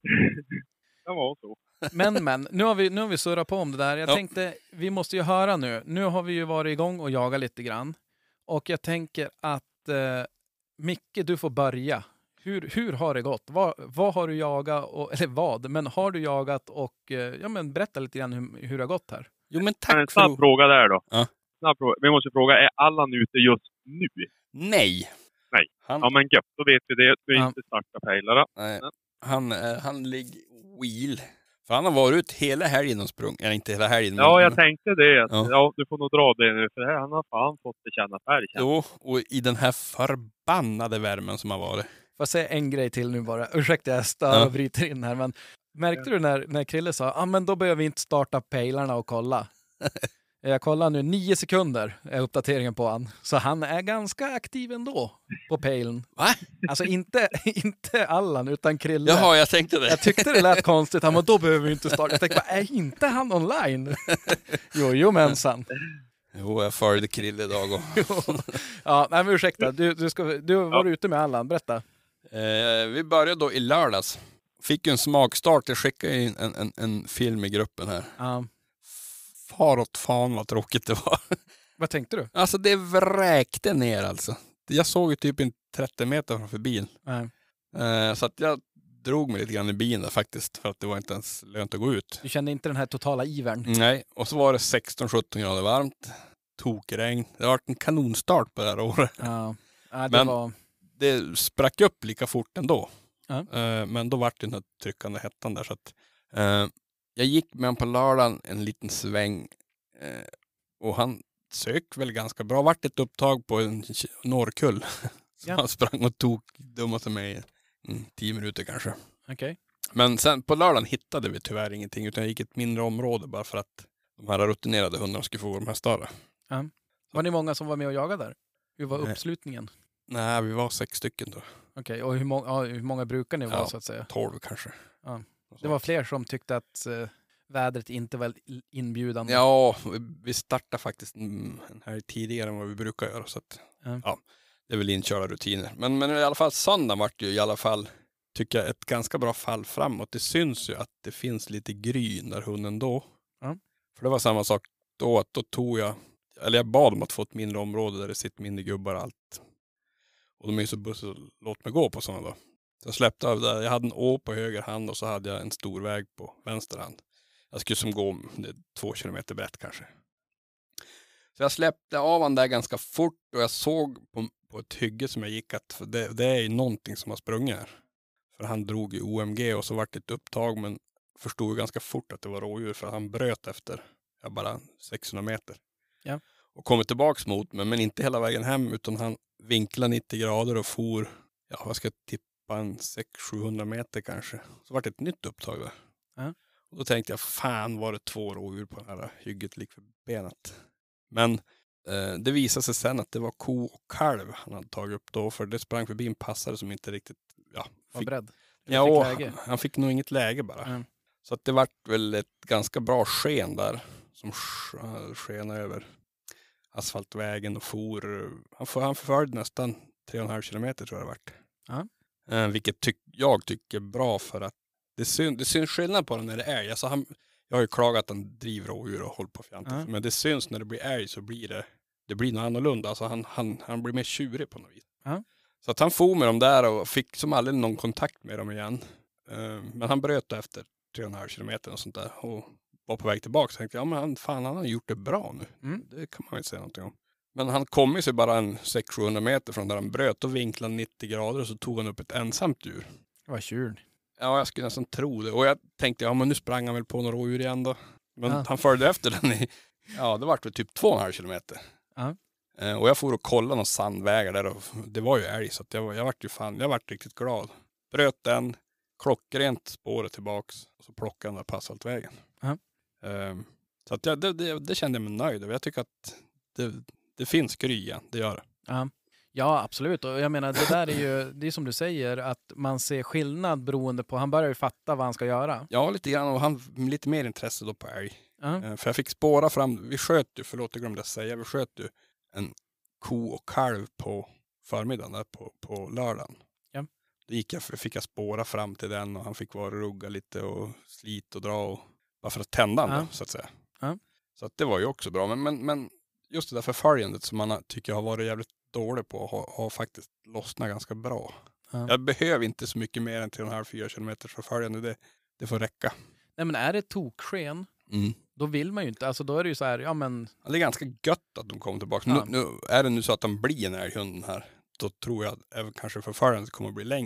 Det var så. Men, men, nu har vi, nu har vi surrat på om det där. Jag ja. tänkte, vi måste ju höra nu. Nu har vi ju varit igång och jagat lite grann. Och jag tänker att eh, Micke, du får börja. Hur, hur har det gått? Vad, vad har du jagat? Och, eller vad? Men har du jagat och eh, ja, men berätta lite grann hur, hur det har gått här. Jo, men tack en snabb för... fråga där då. Ja. Snabb fråga. Vi måste fråga, är Allan ute just nu? Nej. Nej. Han... Ja, men gött. Då vet vi det. Du är ja. inte starta pejlare. Nej. Han, han ligger wheel. För han har varit ut hela helgen och sprung. Eller inte hela helgen. Ja, men, jag tänkte det. Att, Ja. ja. du får nog dra det nu. För här, han har fan fått bekänna färg. känns det. Jo, och i den här förbannade värmen som har varit. Får jag säga en grej till nu bara? Ursäkta, jag stör Ja. och bryter in här. Men märkte du när, när Krille sa, ja ah, men då behöver vi inte starta pejlarna och kolla. Jag kollar nu, nio sekunder är uppdateringen på han. Så han är ganska aktiv ändå på pejlen. Va? Alltså inte, inte Allan, utan Krille. Jaha, jag tänkte det. Jag tyckte det lät konstigt. Han bara, då behöver vi inte starta. Jag tänkte, bara, är inte han online? Jo, jo mensan. Jo, jag följde Krille idag. Och... Ja, nej, men ursäkta. Du, du, ska, du var ute med Allan, berätta. eh, vi började då i lördags. Fick ju en smakstart. Jag skickade in en, en, en film i gruppen här. Ja. Far åt fan vad tråkigt det var. Vad tänkte du? Alltså det vräkte ner alltså. Jag såg ju typ en trettio meter framför bilen. Nej. Eh, så att jag drog mig lite grann i bilen där faktiskt. För att det var inte ens lönt att gå ut. Du kände inte den här totala ivern? Nej, och så var det sexton sjutton grader varmt. Tokregn. Det har varit en kanonstart på det här året. Ja, ja det Men- var... Det sprack upp lika fort ändå. Ja. Eh, men då var det den här tryckande hettan där. Så att, eh, jag gick med honom på lördagen en liten sväng. Eh, och han sök väl ganska bra. Vart ett upptag på en k- norrkull. Så Ja. han sprang och tog dummade mig i mm, tio minuter kanske. Okej. Men sen på lördagen hittade vi tyvärr ingenting. Utan jag gick ett mindre område bara för att de här rutinerade hundarna skulle få de här större. Var ni många som var med och jagade där? Hur var Nej. uppslutningen? Nej, vi var sex stycken då. Okej, och hur, må- ja, hur många brukar ni vara Ja. så att säga? Tolv kanske. Ja. Det var fler som tyckte att eh, vädret inte var inbjudande. Ja, vi- vi startar faktiskt en en här tidigare än vad vi brukar göra. Så att, Ja. ja, det är väl inkörda rutiner. Men, men i alla fall söndagen vart ju i alla fall, tycker jag, ett ganska bra fall framåt. Det syns ju att det finns lite gryn där hunden då. Ja. För det var samma sak då, att då tog jag, eller jag bad om att få ett mindre område där det sitter mindre gubbar och allt. Och de är ju så bussar, låt mig gå på sådana då. Så jag släppte av där. Jag hade en å på höger hand och så hade jag en stor väg på vänster hand. Jag skulle som gå det är två kilometer brett kanske. Så jag släppte av han där ganska fort och jag såg på, på ett hygge som jag gick att för det, det är ju någonting som har sprungit här. För han drog ju O M G och så vart det ett upptag men förstod ju ganska fort att det var rådjur för han bröt efter ja, bara sexhundra meter. Ja. Och kom tillbaks mot mig men inte hela vägen hem utan han vinklade nittio grader och for, ja vad ska jag tippa, en sex sjuhundra meter kanske. Så vart det ett nytt upptag där. Ja. Och då tänkte jag, fan var det två rådjur på det här hygget lik för benet. Men eh, det visade sig sen att det var ko och kalv han hade tagit upp då. För det sprang förbi en passare som inte riktigt, ja. Var Fick, beredd. Eller ja, fick och läge. han, han fick nog inget läge bara. Mm. Så att det vart väl ett ganska bra sken där. Som sk- skenade över asfaltvägen och for. Han, för, han förföljde nästan tre och en halv kilometer tror jag det vart. Ja. Eh, vilket tyck, jag tycker är bra för att det syns, det syns skillnad på den när det är älg. Alltså han, jag har ju klagat att han driver rådjur och håller på fjantigt. Ja. Men det syns när det blir älg så blir det, det blir något annorlunda. Alltså han, han, han blir mer tjurig på något vis. Ja. Så att han for med dem där och fick som aldrig någon kontakt med dem igen. Eh, men han bröt efter tre och en halv kilometer och sånt där. Och var på väg tillbaka. Så tänkte jag, ja men han, fan han har gjort det bra nu. Mm. Det kan man ju säga någonting om. Men han kom ju sig bara en sex sjuhundra meter från där han bröt och vinklade nittio grader och så tog han upp ett ensamt djur. Det var tjuren. Ja, jag skulle nästan tro det. Och jag tänkte, ja men nu sprang han väl på några rådjur igen då. Men Ja. han följde efter den i, ja det vart väl typ två och en halv kilometer. Ja. Eh, och jag får och kolla någon sandvägar där och det var ju älg så att jag, var- jag vart ju fan, jag vart riktigt glad. Bröt den, klockrent spåret tillbaks och så plockade han där på asfaltvägen. Ja. Eh, så att jag, det, det, det kände jag mig nöjd över. Jag tycker att det, det finns gry igen, det gör det. Ja. Ja, absolut. Och jag menar, det där är ju, det är som du säger, att man ser skillnad beroende på, han börjar ju fatta vad han ska göra. Ja, lite grann och han lite mer intresse då på älg. Ja. Eh, För jag fick spåra fram, vi sköt ju, förlåt jag glömde säga, vi sköt ju en ko och kalv på förmiddagen där på, på lördagen. Ja. Då gick jag, fick jag spåra fram till den och han fick vara och rugga lite och slit och dra och bara för att tända den Ja. då, så att säga. Ja. Så att det var ju också bra. Men, men, men just det där förföljandet som man har- tycker jag har varit jävligt dålig på har, har faktiskt lossnat ganska bra. Ja. Jag behöver inte så mycket mer än tre och en halv fyra kilometers förföljande. Det, det får räcka. Nej, men är det toksken, Mm. då vill man ju inte, alltså då är det ju så här, ja men, Det är ganska gött att de kommer tillbaka. Ja. Nu, nu är det nu så att de blir en älghund här. Då tror jag att även kanske förföljandet kommer att bli längre.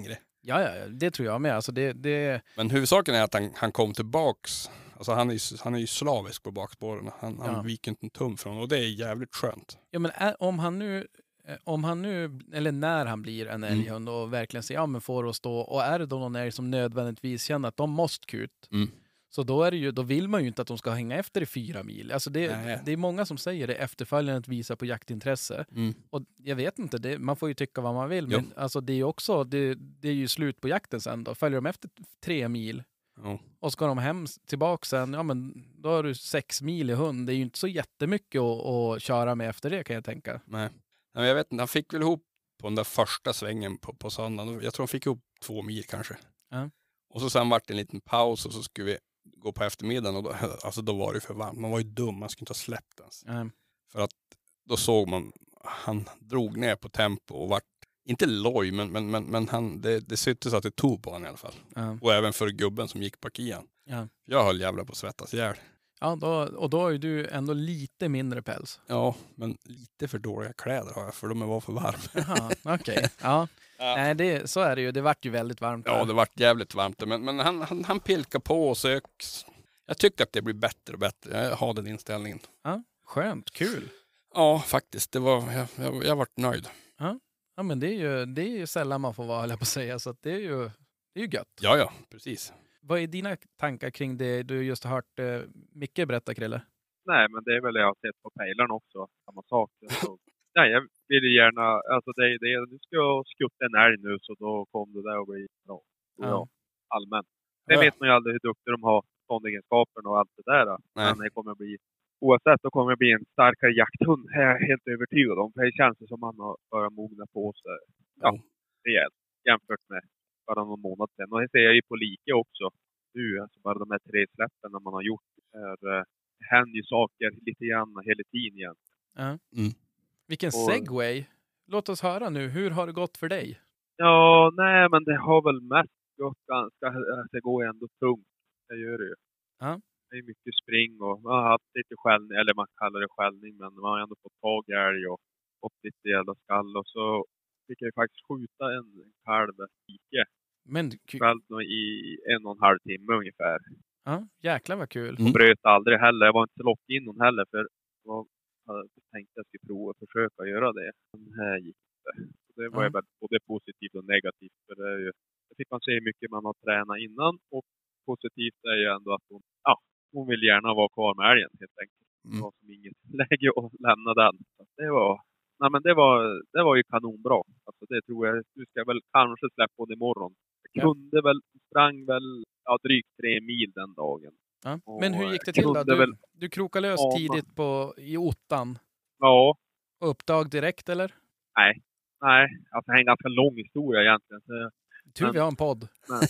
Ja, ja, det tror jag med. Alltså det, det... Men huvudsaken är att han, han kom tillbaks. Alltså han är ju, han är ju slavisk på bakspåren. Han, Ja. han viker inte en tum från. Och det är jävligt skönt. Ja, men är, om han nu, eh, om han nu, eller när han blir en Mm. älghund och verkligen säger, ja men får att stå, och är det då någon älg som nödvändigtvis känner att de måste kut, Mm. så då är det ju, då vill man ju inte att de ska hänga efter i fyra mil. Alltså det, Nej. det är många som säger det efterföljande att visa på jaktintresse. Mm. Och jag vet inte, det, man får ju tycka vad man vill, Jo. men alltså det är ju också, det, det är ju slut på jakten sen då. Följer de efter tre mil Ja. och ska de hem tillbaka sen, ja men då har du sex mil i hund. Det är ju inte så jättemycket att, att köra med efter det, kan jag tänka. Nej. Men jag vet inte, han fick väl ihop på den där första svängen på, på söndagen. Jag tror han fick ihop två mil kanske. Ja. Och så sen vart det en liten paus och så skulle vi gå på eftermiddagen. Och då, alltså då var det för varmt. Man var ju dum, man skulle inte ha släppt ens. Ja. För att då såg man, han drog ner på tempo och vart, inte loj, men, men, men, men han, det, det syntes att det tog på honom i alla fall. Ja. Och även för gubben som gick bak igen. Ja. Jag höll jävla på att svettas ihjäl. Ja, då, och då har ju du ändå lite mindre päls. Ja, men lite för dåliga kläder har jag, för de var för varma. Jaha, okej. Ja. Ja. Nej, det, så är det ju. Det vart ju väldigt varmt. Ja, där. det vart jävligt varmt. Men, men han, han, han pilkar på och sök. Jag tycker att det blir bättre och bättre. Jag har den inställningen. Ja, skönt, kul. Ja, faktiskt. Det var, jag, jag, jag vart nöjd. Ja, men det är ju, det är ju sällan man får vara, höll jag på att säga. Så att det är ju, det är ju gött. Ja, ja, precis. Vad är dina tankar kring det du just har hört eh, Micke berätta, Krille? Nej, men det är väl det jag har sett på pejlarna också. Samma sak. Så, nej, jag vill ju gärna... Alltså det är det. Du ska skutta en älg nu, så då kommer det där att bli bra. Ja. Ja. Allmänt. Sen Ja. vet man ju aldrig hur duktiga de har ståndegenskaperna och allt det där. Nej. Men det kommer att bli... Oavsett, då kommer det bli en starkare jakthund. Det är jag helt övertygad om. För det känns som man har börjat mogna på sig. Ja, Jo. rejält. Jämfört med bara någon månad sedan. Och det ser jag ju på like också. Nu, alltså bara de här tre släppen när man har gjort. Är, eh, händer ju saker lite grann hela tiden igen. Ja. Mm. Vilken Och- segway. Låt oss höra nu. Hur har det gått för dig? Ja, nej, men det har väl mest gått ganska... Alltså, det går ju ändå tungt. Det gör det ju. Ja. Det är mycket spring och man har haft lite skällning, eller man kallar det skällning, men man har ändå fått tag i älg och fått lite jävla skall. Och så fick jag ju faktiskt skjuta en kalv ike. Men ku- Själv då i en och en halv timme ungefär. ja, jäklar vad kul. Mm. Bröt aldrig heller. Jag var inte så lockad in någon heller, för jag hade tänkt att jag skulle prova att försöka göra det. Men här gick det. Det var ju Ja. väl både positivt och negativt. För det, är ju, det fick man se hur mycket man har tränat innan. Och positivt är ju ändå att hon, ja, hon vill gärna vara kvar med älgen helt enkelt. Det Mm. var som inget läge att lämna den. Så att det var, nej men det var, det var ju kanonbra. Alltså det tror jag. Nu ska jag väl kanske släppa hon imorgon. Jag Ja. kunde väl, sprang väl ja, drygt tre mil den dagen. Ja. Och, Men hur gick det till då? kunde Du, väl- du krokade lös Ja, tidigt på, i ottan. Ja, Och uppdag direkt, eller? nej. Nej, alltså det är en ganska lång historia egentligen. Så, Tur Men- vi har en podd.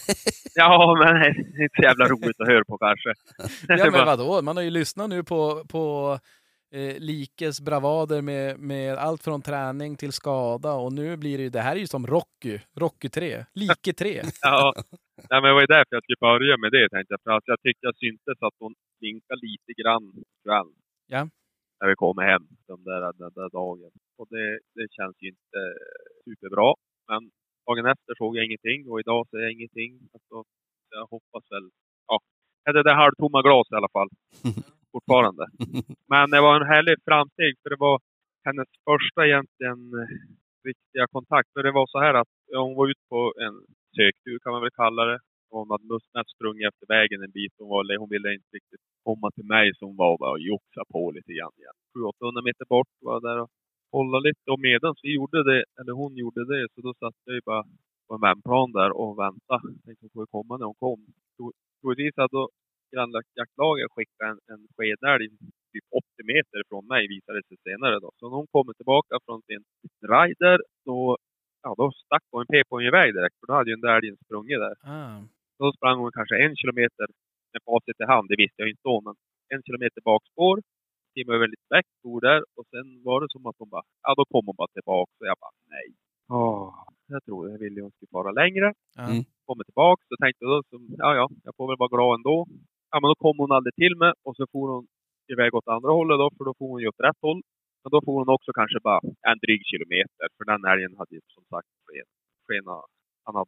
ja, men det är inte så jävla roligt att höra på kanske. Ja, Det men var- vadå? Man har ju lyssnat nu på, på eh, Likes bravader med, med allt från träning till skada. Och nu blir det ju, det här är ju som Rocky. Rocky tre. Like tre. Ja, nej, men det var ju därför jag skulle börja med det tänkte jag. För att jag tyckte jag syntes att hon vinkade lite grann kväll. Ja. När vi kommer hem den där, den där dagen. Och det, det känns ju inte superbra. Men dagen efter såg jag ingenting och idag ser jag ingenting. Alltså, jag hoppas väl, ja, det är det halvtomma glas i alla fall. Fortfarande. Men det var en härlig framsteg för det var hennes första egentligen eh, riktiga kontakt. För det var så här att ja, hon var ute på en söktur kan man väl kalla det. Och hon hade mest sprungit efter vägen en bit. Hon, var, hon ville inte riktigt komma till mig som var bara och joxa på lite grann igen. sju till åttahundra meter bort var jag där och hålla lite. Och medan vi gjorde det, eller hon gjorde det, så då satt jag ju bara på en vändplan där och väntade. Tänkte hon får komma när hon kom. Troligtvis hade då grannjaktlaget skickat en, en skedälg typ åttio meter från mig visade det sig senare då. Så när hon kommer tillbaka från sin rider då, ja, då stack hon en p på en iväg direkt. För då hade ju den där älgen sprungit där. Ah. Då sprang hon kanske en kilometer med facit i hand, det visste jag inte då, men en kilometer bakspår, timmar över lite väck, stod där och sen var det som att hon bara, ja då kom hon bara tillbaka och jag bara, nej. Åh, jag tror jag ville ju inte vara längre. Ja. Mm. Kommer tillbaka så tänkte jag då, som, ja ja, jag får väl vara glad ändå. Ja men då kom hon aldrig till mig och så får hon iväg åt andra hållet då, för då får hon ju åt rätt håll. Men då får hon också kanske bara en dryg kilometer, för den älgen hade ju som sagt sken, skena, han hade något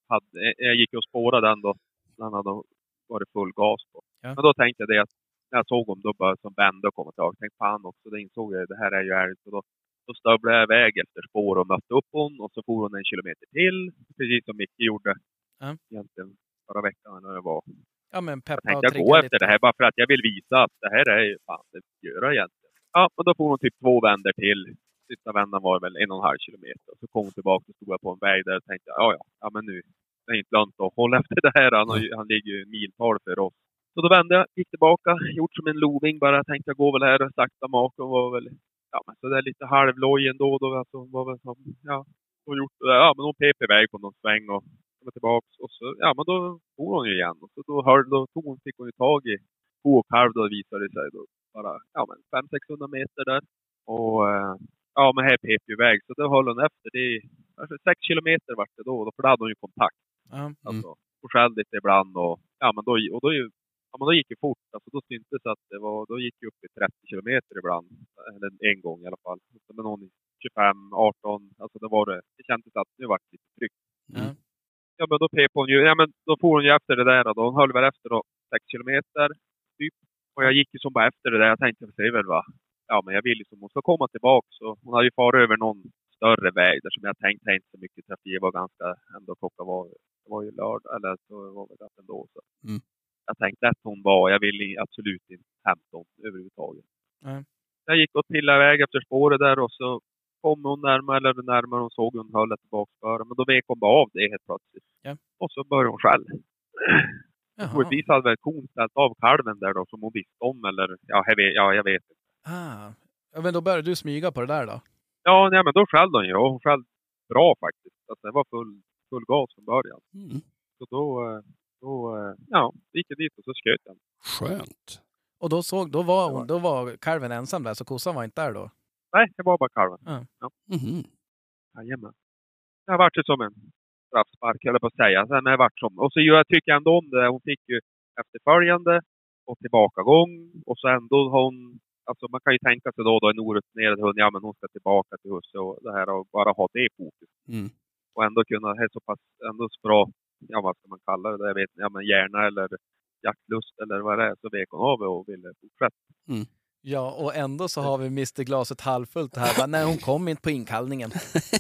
hade, jag gick och spårade den då. Den hade varit full gas på. Ja. Men då tänkte jag det att när jag såg om då började som vände och kom tillbaka. Jag tänkte fan också, då insåg jag det här är ju ärligt. Så då, då stövlade jag iväg efter spår och mötte upp hon. Och så for hon en kilometer till. Precis som Micke gjorde. Ja. Egentligen förra veckan när det var. Ja, men Jag peppa och tänkte jag trigga gå lite. efter det här bara för att jag vill visa att det här är ju fan det gör egentligen. Ja, och då får hon typ två vändor till. Sista vändan var väl en och en halv kilometer. Så kom hon tillbaka och stod jag på en väg där och tänkte ja, ja, ja men nu det är inte lönt att hålla efter det här. Han, har ju, han ligger ju miltal för oss. Så då vände jag, gick tillbaka, gjort som en loving bara. Tänkte jag gå väl här och sakta maken var väl, ja men så där lite halvloj ändå då. Alltså var väl som, ja, hon gjort det där. Ja men hon pep iväg på någon sväng och kom tillbaka. Och så, ja men då tog hon ju igen. Och så då, hör, då tog hon, fick hon ju tag i ko och kalv då visade det sig då. Bara, ja men fem till sexhundra meter där. Och eh, ja men här pep ju iväg. Så då höll hon efter det. Kanske sex kilometer vart det då. För då hade hon ju kontakt. Ja. Alltså, och skällde lite ibland och ja men då, och då, ja, men då gick det fort. Alltså då syntes att det var, då gick det upp i trettio kilometer ibland. Eller en gång i alla fall. Men någon tjugofem, arton, alltså det var det. Det kändes att nu var det lite tryckt. Mm. Ja men då pep hon ju, ja men då får hon ju efter det där då. Hon höll väl efter då sex kilometer typ. Och jag gick ju som bara efter det där. Jag tänkte, det är väl va. Ja men jag vill ju som hon ska komma tillbaka. Så hon hade ju farit över någon större väg där som jag tänkte inte så mycket trafik. Det var ganska, ändå klockan var, det var ju lördag eller så var det ändå så. Mm. Jag tänkte att hon var, jag ville absolut inte hämta hon överhuvudtaget. Mm. Jag gick och trillade iväg efter spåret där och så kom hon närmare eller närmare och såg hon höll tillbaka för. Men då vek hon bara av det helt plötsligt. Ja. Och så började hon själv. Jaha. Troligtvis hade väl kon ställt av kalven där då som hon visste om eller ja, jag vet, ja, jag vet inte. Ah. Ja, men då började du smyga på det där då? Ja, nej, men då skällde hon ju och hon skällde bra faktiskt. Alltså, det var full, full gas från början. Mm. Så då, då ja, gick jag dit och så sköt jag. Skönt. Och då såg, då var hon, då var kalven ensam där, så kossan var inte där då? Nej, det var bara kalven. Mm. Ja. Mm. Jajamän. Det har varit ju som en straffspark, eller på att säga. Sen har det varit som, och så jag tycker ändå om det. Hon fick ju efterföljande och tillbakagång. Och så ändå hon, alltså man kan ju tänka sig då, då en orutinerad hund, ja men hon ska tillbaka till husse och det här och bara ha det i fokus. Mm. Och ändå kunna, det är så pass, ändå så bra, ja vad ska man kalla det, jag vet inte, ja men hjärna eller jaktlust eller vad det är, så vek hon av och ville fortsätta. Mm. Ja, och ändå så har vi mister glaset halvfullt här. Bara, nej, hon kom inte på inkallningen.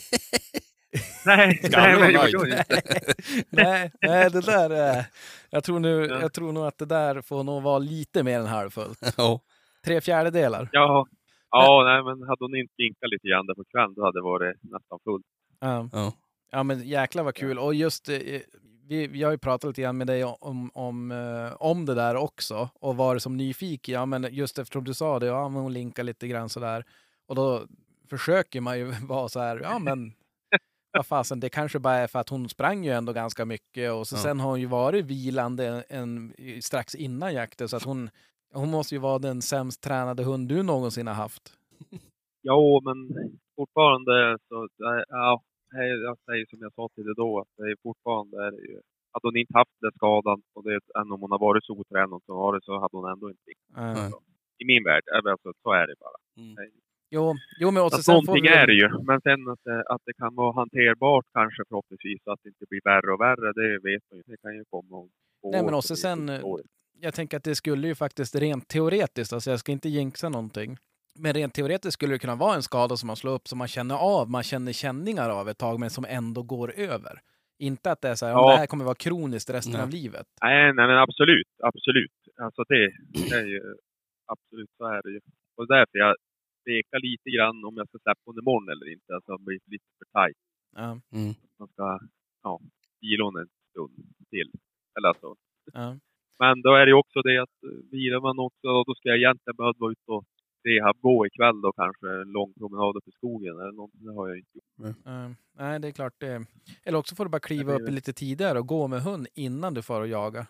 nej, nej, men jag gjorde inte. nej, nej, det där är... Jag tror, nu, jag tror nog att det där får nog vara lite mer än halvfullt. Ja. Tre fjärdedelar. Ja, ja nej, men hade hon inte vinkat lite grann där på kvällen, då hade det varit nästan fullt. Ja. Ja. Ja, men jäklar vad kul. Och just, vi, vi har ju pratat lite grann med dig om, om, om det där också. Och var det som nyfiken. Ja, men just eftersom du sa det, ja, men hon linkar lite grann sådär. Och då försöker man ju vara så här, ja men vad fasen, det kanske bara är för att hon sprang ju ändå ganska mycket. Och så Ja. sen har hon ju varit vilande en, strax innan jakten. Så att hon, hon måste ju vara den sämst tränade hund du någonsin har haft. Ja, men fortfarande så, ja, jag säger som jag sa till dig då, att det är fortfarande är det ju, att hon inte haft den skadan, och det, än om hon har varit så otränad som var det, så hade hon ändå inte Mm. Nej. i min värld, alltså, så är det bara. Mm. Jo, jo, men också Att sen får någonting vi... är det ju, men sen att det, att det kan vara hanterbart kanske förhoppningsvis, så att det inte blir värre och värre, det vet man ju. Det kan ju komma om två Nej, men år, också så blir det sen- ett år. Jag tänker att det skulle ju faktiskt rent teoretiskt, alltså jag ska inte jinxa någonting, men rent teoretiskt skulle det kunna vara en skada som man slår upp som man känner av, man känner känningar av ett tag, men som ändå går över. Inte att det är så här, Ja. om det här kommer vara kroniskt resten Nej. av livet. Nej, nej, men absolut, absolut. Alltså det, det är ju, absolut så är det ju. Och därför jag tvekar lite grann om jag ska släppa hon imorgon eller inte. Alltså det blir lite för tajt. Ja, Mm. Man ska, ja, vila hon en stund till. Eller så. ja. Men då är det ju också det att eh, vilar man också, och då ska jag egentligen behöva vara ute och rehab, gå ikväll då kanske en lång promenad upp i skogen eller något. Det har jag inte gjort. Ja. Nej, det är klart det. Eller också får du bara kliva Ja, det är upp lite tidigare och gå med hund innan du får att jaga.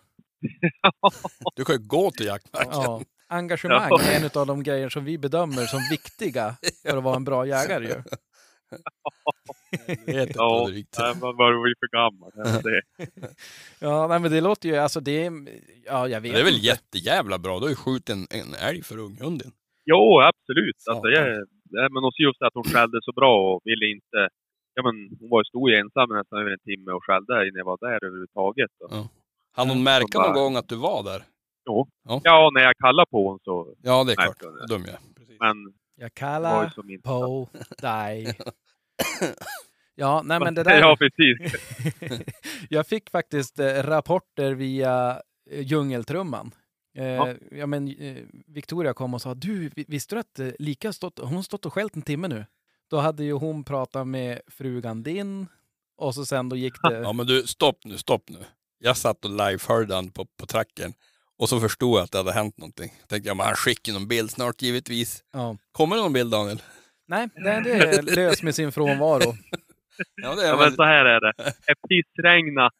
Du kan ju gå till jaktmarken. Ja. Engagemang är en av de grejer som vi bedömer som viktiga för att vara en bra jägare ju. Jag vet inte Ja, vad det är riktigt. nej, man börjar bli för gammal. Det är det. Ja, nej, men det låter ju, alltså det är, ja jag vet Det är väl inte. jättejävla bra. Du har ju skjutit en, en älg för unghunden. Jo, absolut. Alltså, Satan. jag, nej, men också just att hon skällde så bra och ville inte ja men hon var ju stor ensam nästan över en timme och skällde innan jag var där överhuvudtaget. Då. Ja. Han hon märka bara... någon gång att du var där? Jo. Ja, ja när jag kallade på hon så... Ja, det är Nej, klart. Dum jag. Men... Jag kallar på dig. Ja, nej men det där... Ja, precis. Jag fick faktiskt eh, rapporter via eh, djungeltrumman. Eh, ja. ja, men eh, Victoria kom och sa, du, visste du att eh, Lika stått, hon har stått och skällt en timme nu? Då hade ju hon pratat med frugan din och så sen då gick det... Ja, men du, stopp nu, stopp nu. Jag satt och live-hörde han på, på tracken och så förstod jag att det hade hänt någonting. Jag tänkte, ja, men han skickar någon bild snart givetvis. Ja. Kommer det någon bild, Daniel? Nej, det är lös med sin frånvaro. Ja, det är ja, väl... men så här är det. Jag pissregna.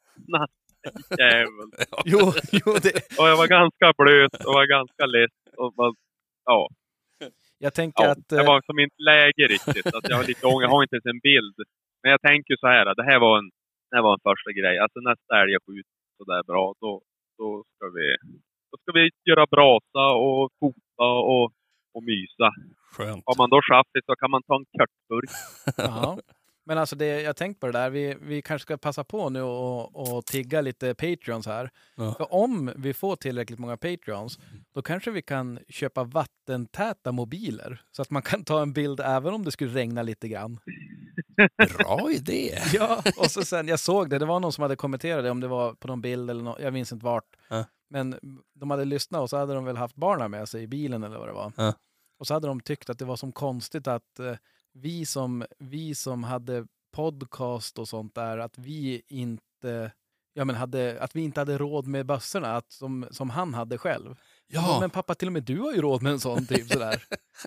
Jävel. Ja. Jo, jo det... Och jag var ganska blöt och var ganska lätt. Och var, ja. Jag tänker ja, att... Det var som inte läge riktigt. Att jag var lite ång. Jag har inte ens en bild. Men jag tänker så här. Det här var en, det här var en första grej. Alltså nästa älg jag skjuter så där bra. Då, då, ska vi, då ska vi göra brasa och fota och, och mysa. Skönt. Har man då chaffis så kan man ta en kortburk. Ja. Men alltså det, jag tänkte på det där, vi, vi kanske ska passa på nu och, och tigga lite Patreons här. Ja. För om vi får tillräckligt många Patreons, då kanske vi kan köpa vattentäta mobiler. Så att man kan ta en bild även om det skulle regna lite grann. Bra idé. Ja, och så sen, jag såg det, det var någon som hade kommenterat det, om det var på någon bild eller något, jag minns inte vart. Ja. Men de hade lyssnat och så hade de väl haft barnen med sig i bilen eller vad det var. Ja. Och så hade de tyckt att det var som konstigt att eh, vi, som, vi som hade podcast och sånt där, att vi inte, ja, men hade, att vi inte hade råd med bössorna att, som, som han hade själv. Ja. Men pappa, till och med du har ju råd med en sån typ sådär.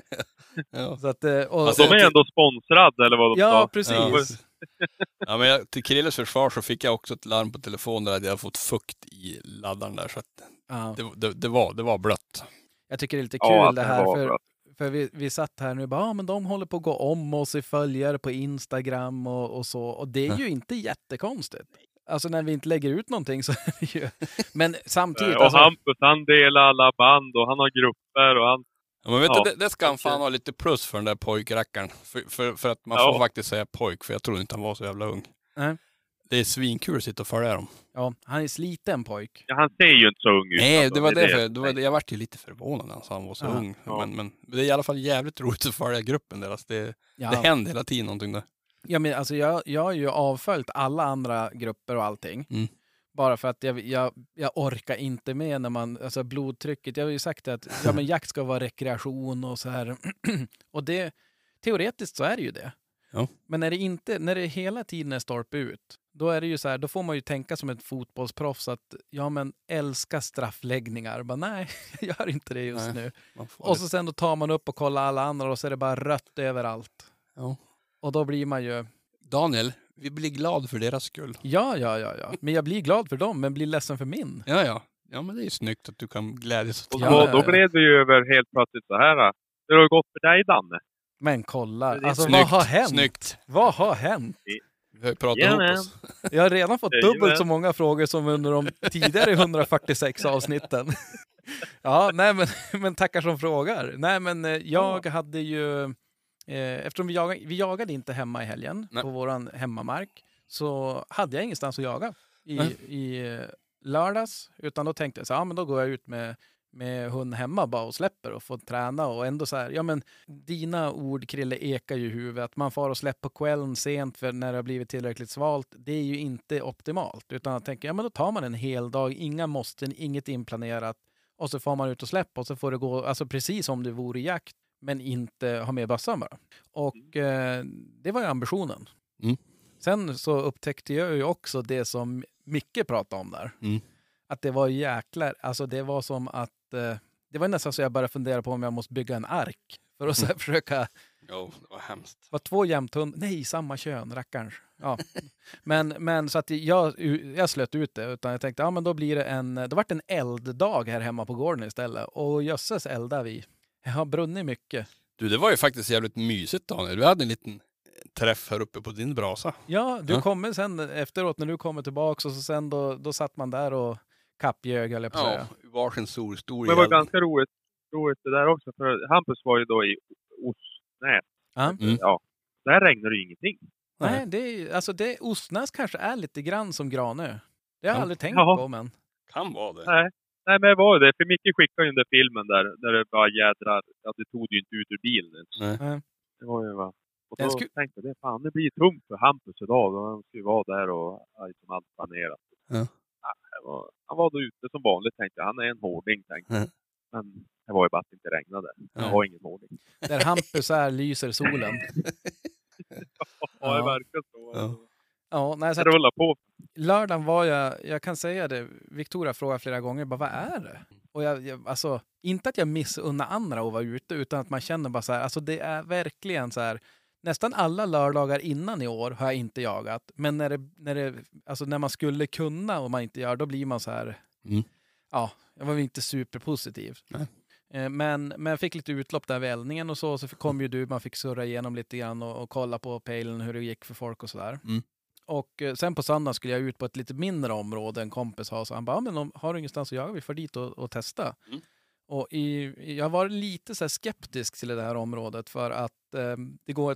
Ja. Så att, och, Alltså, de är ändå sponsrade eller vad de ja, sa. precis. Ja. Ja, men jag, till Krilles försvar så fick jag också ett larm på telefonen där jag hade fått fukt i laddaren där. Så att Ja. det, det, det, var, det var blött. Jag tycker det är lite kul Ja, det det här. var För, bra. för vi, vi satt här nu och bara, ja, men de håller på att gå om oss i följare på Instagram och, och så. Och det är ju inte jättekonstigt. Alltså när vi inte lägger ut någonting så är det ju... Men samtidigt... Och alltså, Hampus, han delar alla band och han har grupper och han... Ja, men vet Ja. du, det, det ska han fan ha lite plus för den där pojkrackaren. För, för, för att man Ja. får faktiskt säga pojk, för jag tror inte han var så jävla ung. Nej. Det är svinkul att sitta och följa dem. Ja, han är sliten pojk. Ja, han ser ju inte så ung ut. Nej, alltså, det var är därför. Det var, jag vart ju lite förvånad när han sa han var så Ja. ung. Ja. Men, men det är i alla fall jävligt roligt att följa gruppen deras. Det, Ja. det händer hela tiden någonting där. Ja, men alltså jag, jag har ju avföljt alla andra grupper och allting. Mm. Bara för att jag, jag, jag orkar inte med när man, alltså blodtrycket, jag har ju sagt att ja, men jakt ska vara rekreation och så här. Och det, teoretiskt så är det ju det. Ja. Men när det inte, när det hela tiden är stolpe ut, då är det ju så här, då får man ju tänka som ett fotbollsproffs att, ja men älska straffläggningar. Bara, nej, jag gör inte det just Nej, nu. man får Och så sen då tar man upp och kollar alla andra och så är det bara rött överallt. Ja. Och då blir man ju, Daniel, vi blir glada för deras skull. ja, ja, ja, ja. Men jag blir glad för dem, men blir ledsen för min. Ja, ja. Ja, men det är ju snyggt att du kan glädjas åt Och Ja, då, ja, då ja. blev det ju över helt plötsligt så här. Hur har det gått för dig, Danne? Men kolla, Det är alltså snyggt, vad har hänt? snyggt. Vad har hänt? Vi har ju pratat Jajamän. ihop oss. Jag har redan fått Jajamän. dubbelt så många frågor som under de tidigare hundrafyrtiosex avsnitten. Ja, nej men, men tackar som frågar. Nej men eh, jag hade ju, eh, eftersom vi jagade, vi jagade inte hemma i helgen Nej. på våran hemmamark, så hade jag ingenstans att jaga i, Nej. i eh, lördags. Utan då tänkte jag så ja men då går jag ut med med hund hemma bara och släpper och får träna och ändå så här, ja men dina ord Krille ekar ju i huvudet, att man får och släpper på kvällen sent för när det har blivit tillräckligt svalt, det är ju inte optimalt, utan jag tänker, ja men då tar man en hel dag, inga måsten, inget inplanerat och så får man ut och släppa och så får det gå, alltså precis som det vore jakt, men inte ha med bössan bara. Och eh, det var ju ambitionen. Mm. Sen så upptäckte jag ju också det som Micke pratade om där. Mm. Att det var jäklar, alltså det var som att, eh, det var nästan så jag började fundera på om jag måste bygga en ark. För att så här försöka, Jo, det var hemskt. var två jämthund, nej samma kön, rackarns. Ja. Men, men så att jag, jag slöt ut det, utan jag tänkte, ja men då blir det en, det vart en elddag här hemma på gården istället. Och jösses eldar vi. Jag har brunnit mycket. Du, det var ju faktiskt jävligt mysigt, Daniel. Vi hade en liten träff här uppe på din brasa. Ja, du Ja. kommer sen efteråt när du kommer tillbaka och så sen då, då satt man där och kappjög, eller på att Ja, säga. varsin stor, stor Men det var eld. ganska roligt, roligt det där också. För Hampus var ju då i Osnäs. Ja. Mm. Ja. Där regnade det ju ingenting. Nej, det är, alltså det, Ostnäs kanske är lite grann som Granö. Det har jag Ja. aldrig tänkt Ja. på, men... Kan vara det. Nej. Nej, men det var ju det. För Micke skickade ju den där filmen där, där det bara jädrar, ja, det tog ju inte ut ur bilen. Nej. Nej. Det var ju va. Och Den då sku- tänkte jag, det fan, det blir tungt för Hampus idag. Då han skulle vara där och ja, liksom allt planerat. Ja. Ja, det var, han var då ute som vanligt, tänkte jag. Han är en hårding, tänkte jag. Ja. Men det var ju bara att det inte regnade. Det Ja. var ingen hårding. Där Hampus är lyser solen. Ja, det Ja. verkar så. Ja. Ja, nej, så Det att rullar på. lördagen var jag, jag kan säga det, Victoria frågade flera gånger, bara vad är det? Och jag, jag, alltså, inte att jag missunnar andra att vara ute, utan att man känner bara så här, alltså det är verkligen så här, nästan alla lördagar innan i år har jag inte jagat, men när det, när det, alltså när man skulle kunna och man inte gör, då blir man så här, Mm. ja, jag var inte superpositiv. Nej. Eh, Men, men jag fick lite utlopp där vid eldningen och så, så kom ju du, man fick surra igenom lite grann och, och kolla på pejlen, hur det gick för folk och sådär. Mm. Och eh, sen på söndag skulle jag ut på ett lite mindre område, en kompis har, så han bara, ja, men om, har du ingenstans att jaga, vi får dit och, och testa. Mm. Och i, jag var lite så här skeptisk till det här området för att eh, det går ett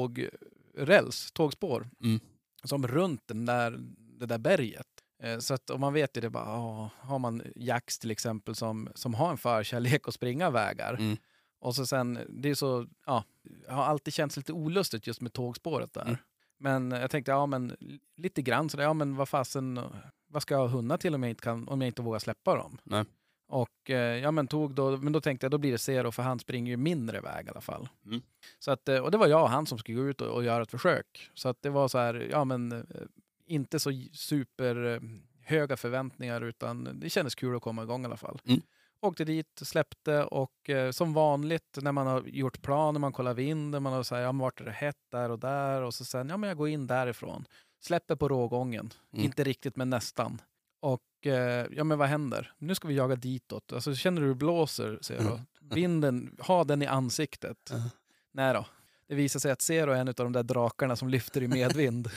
tågräls, tågspår, Mm. som runt den där, det där berget. Eh, Så att om man vet ju det bara, åh, har man Jax till exempel som, som har en förkärlek att springa vägar. Mm. Och så sen, det är så, ja, jag har alltid känts lite olustigt just med tågspåret där. Mm. Men jag tänkte, ja men lite grann så där, ja men vad fasen, vad ska jag ha hundar till om jag inte kan, om jag inte vågar släppa dem? Nej. Och eh, ja men tog då, men då tänkte jag, då blir det Zero, för han springer ju mindre väg i alla fall. Mm. Så att, eh, och det var jag och han som skulle gå ut och, och göra ett försök. Så att det var så här, ja men eh, inte så super eh, höga förväntningar, utan det kändes kul att komma igång i alla fall. Mm. Åkte dit, släppte och eh, som vanligt när man har gjort planer, man kollar vinden, man har sagt, ja men vart är det hett där och där, och så sen, ja men jag går in därifrån. Släpper på rågången, Mm. inte riktigt men nästan. Och eh, ja men vad händer? Nu ska vi jaga ditåt. Alltså känner du hur det blåser, Zero? Mm. Vinden, ha den i ansiktet. Ja. Nej då. Det visar sig att Zero är en av de där drakarna som lyfter i medvind.